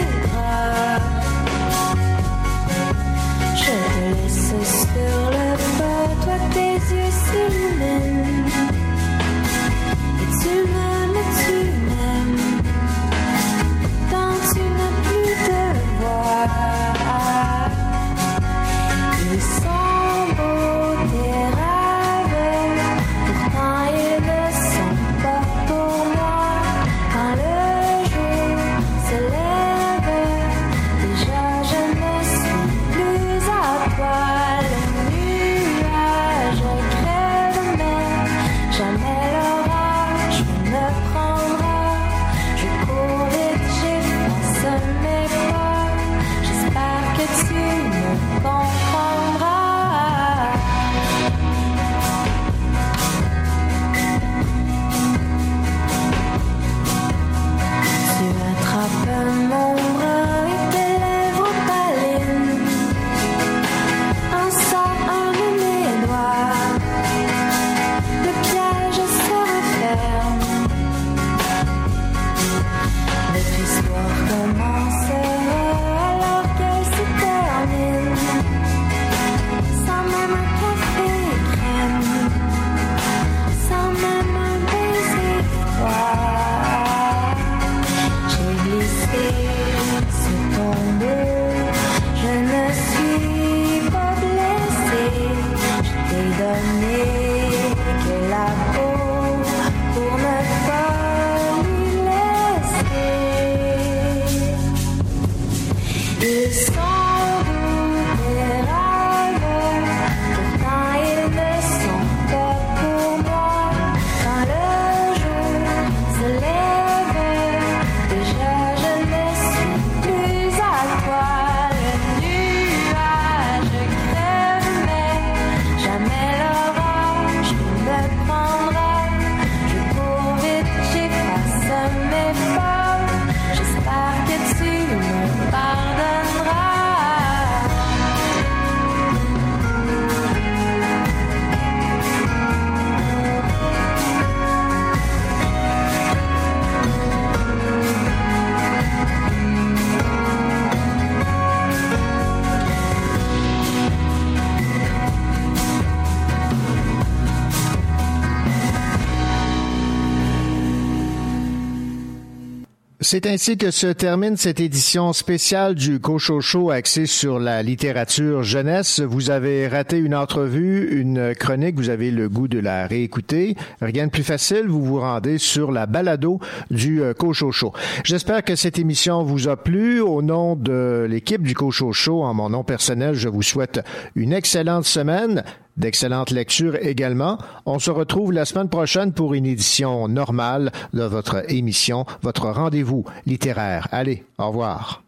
C'est ainsi que se termine cette édition spéciale du Cochocho axée sur la littérature jeunesse. Vous avez raté une entrevue, une chronique, vous avez le goût de la réécouter. Rien de plus facile, vous vous rendez sur la balado du Cochocho. J'espère que cette émission vous a plu. Au nom de l'équipe du Cochocho, en mon nom personnel, je vous souhaite une excellente semaine. D'excellentes lectures également. On se retrouve la semaine prochaine pour une édition normale de votre émission, votre rendez-vous littéraire. Allez, au revoir.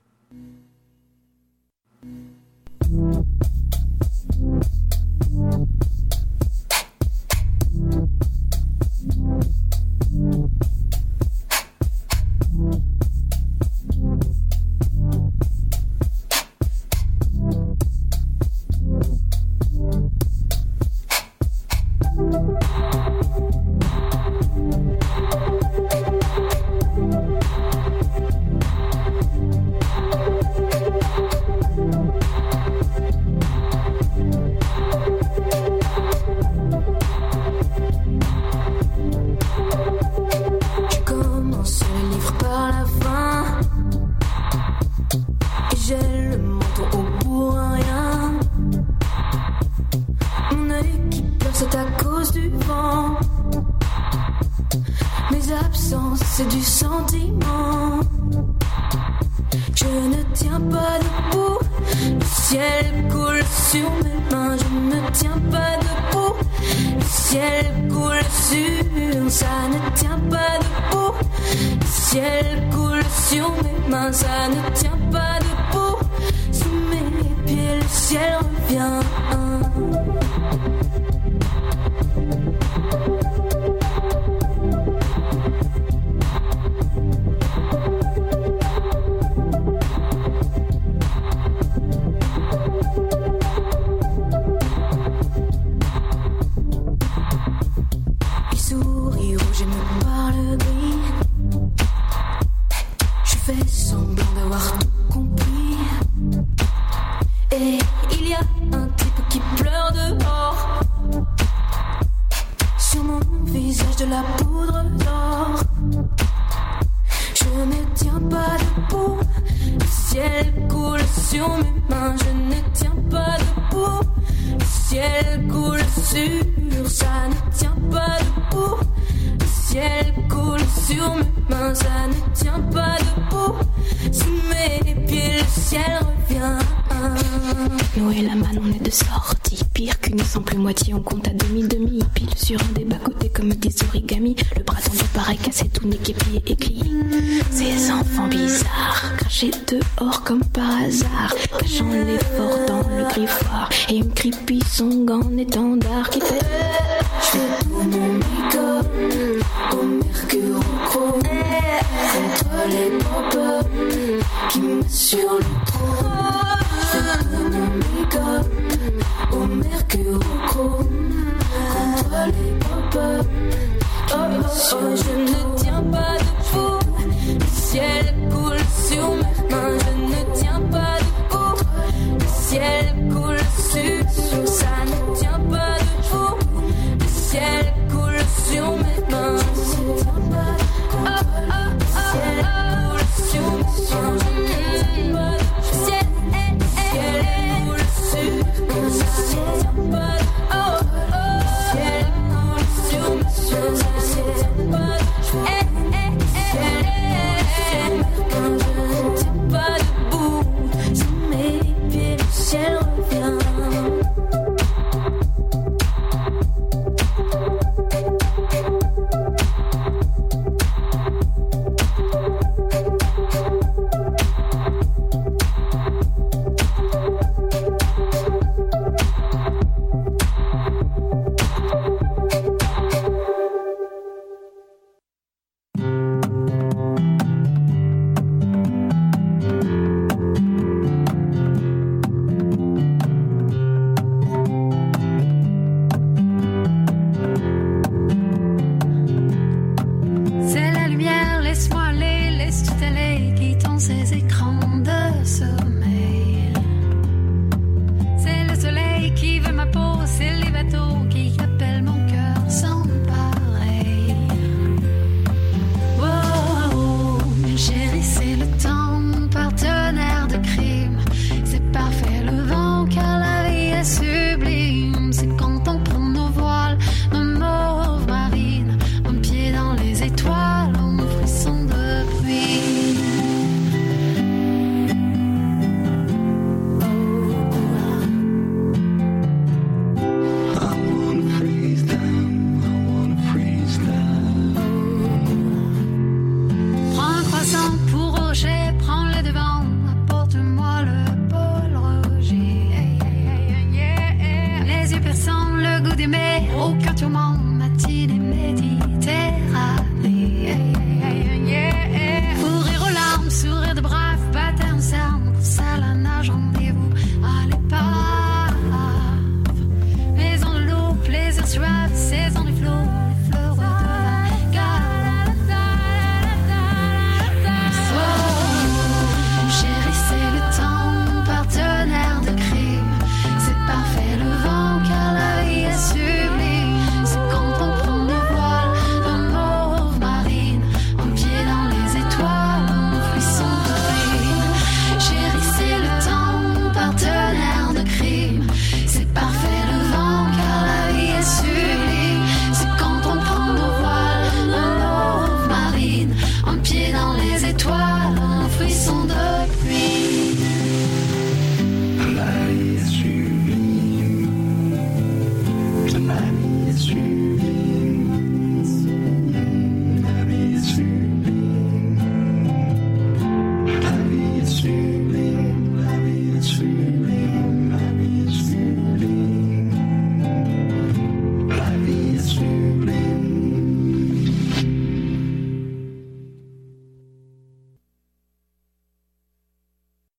C'est du sentiment. Je ne tiens pas debout. Le ciel coule sur mes mains. Je ne tiens pas debout. Le ciel coule sur. Ça ne tient pas debout. Le ciel coule sur mes mains. Ça ne tient pas debout. Sous mes pieds, le ciel revient. On compte à demi, pile sur un des bas-côtés comme des origamis. Le bras tendu pareil cassé, tout niqué, plié et plié. Ces enfants bizarres, crachés dehors comme par hasard, cachant l'effort dans le griffoir. Et une creepy song en étendard qui fait je fais tout mon make-up au mercure au chrome contre les pop-up qui me sur le trône. Je fais tout mon make-up au mercure au chrome contre les pop-up. Oh, je ne tiens pas debout. Le ciel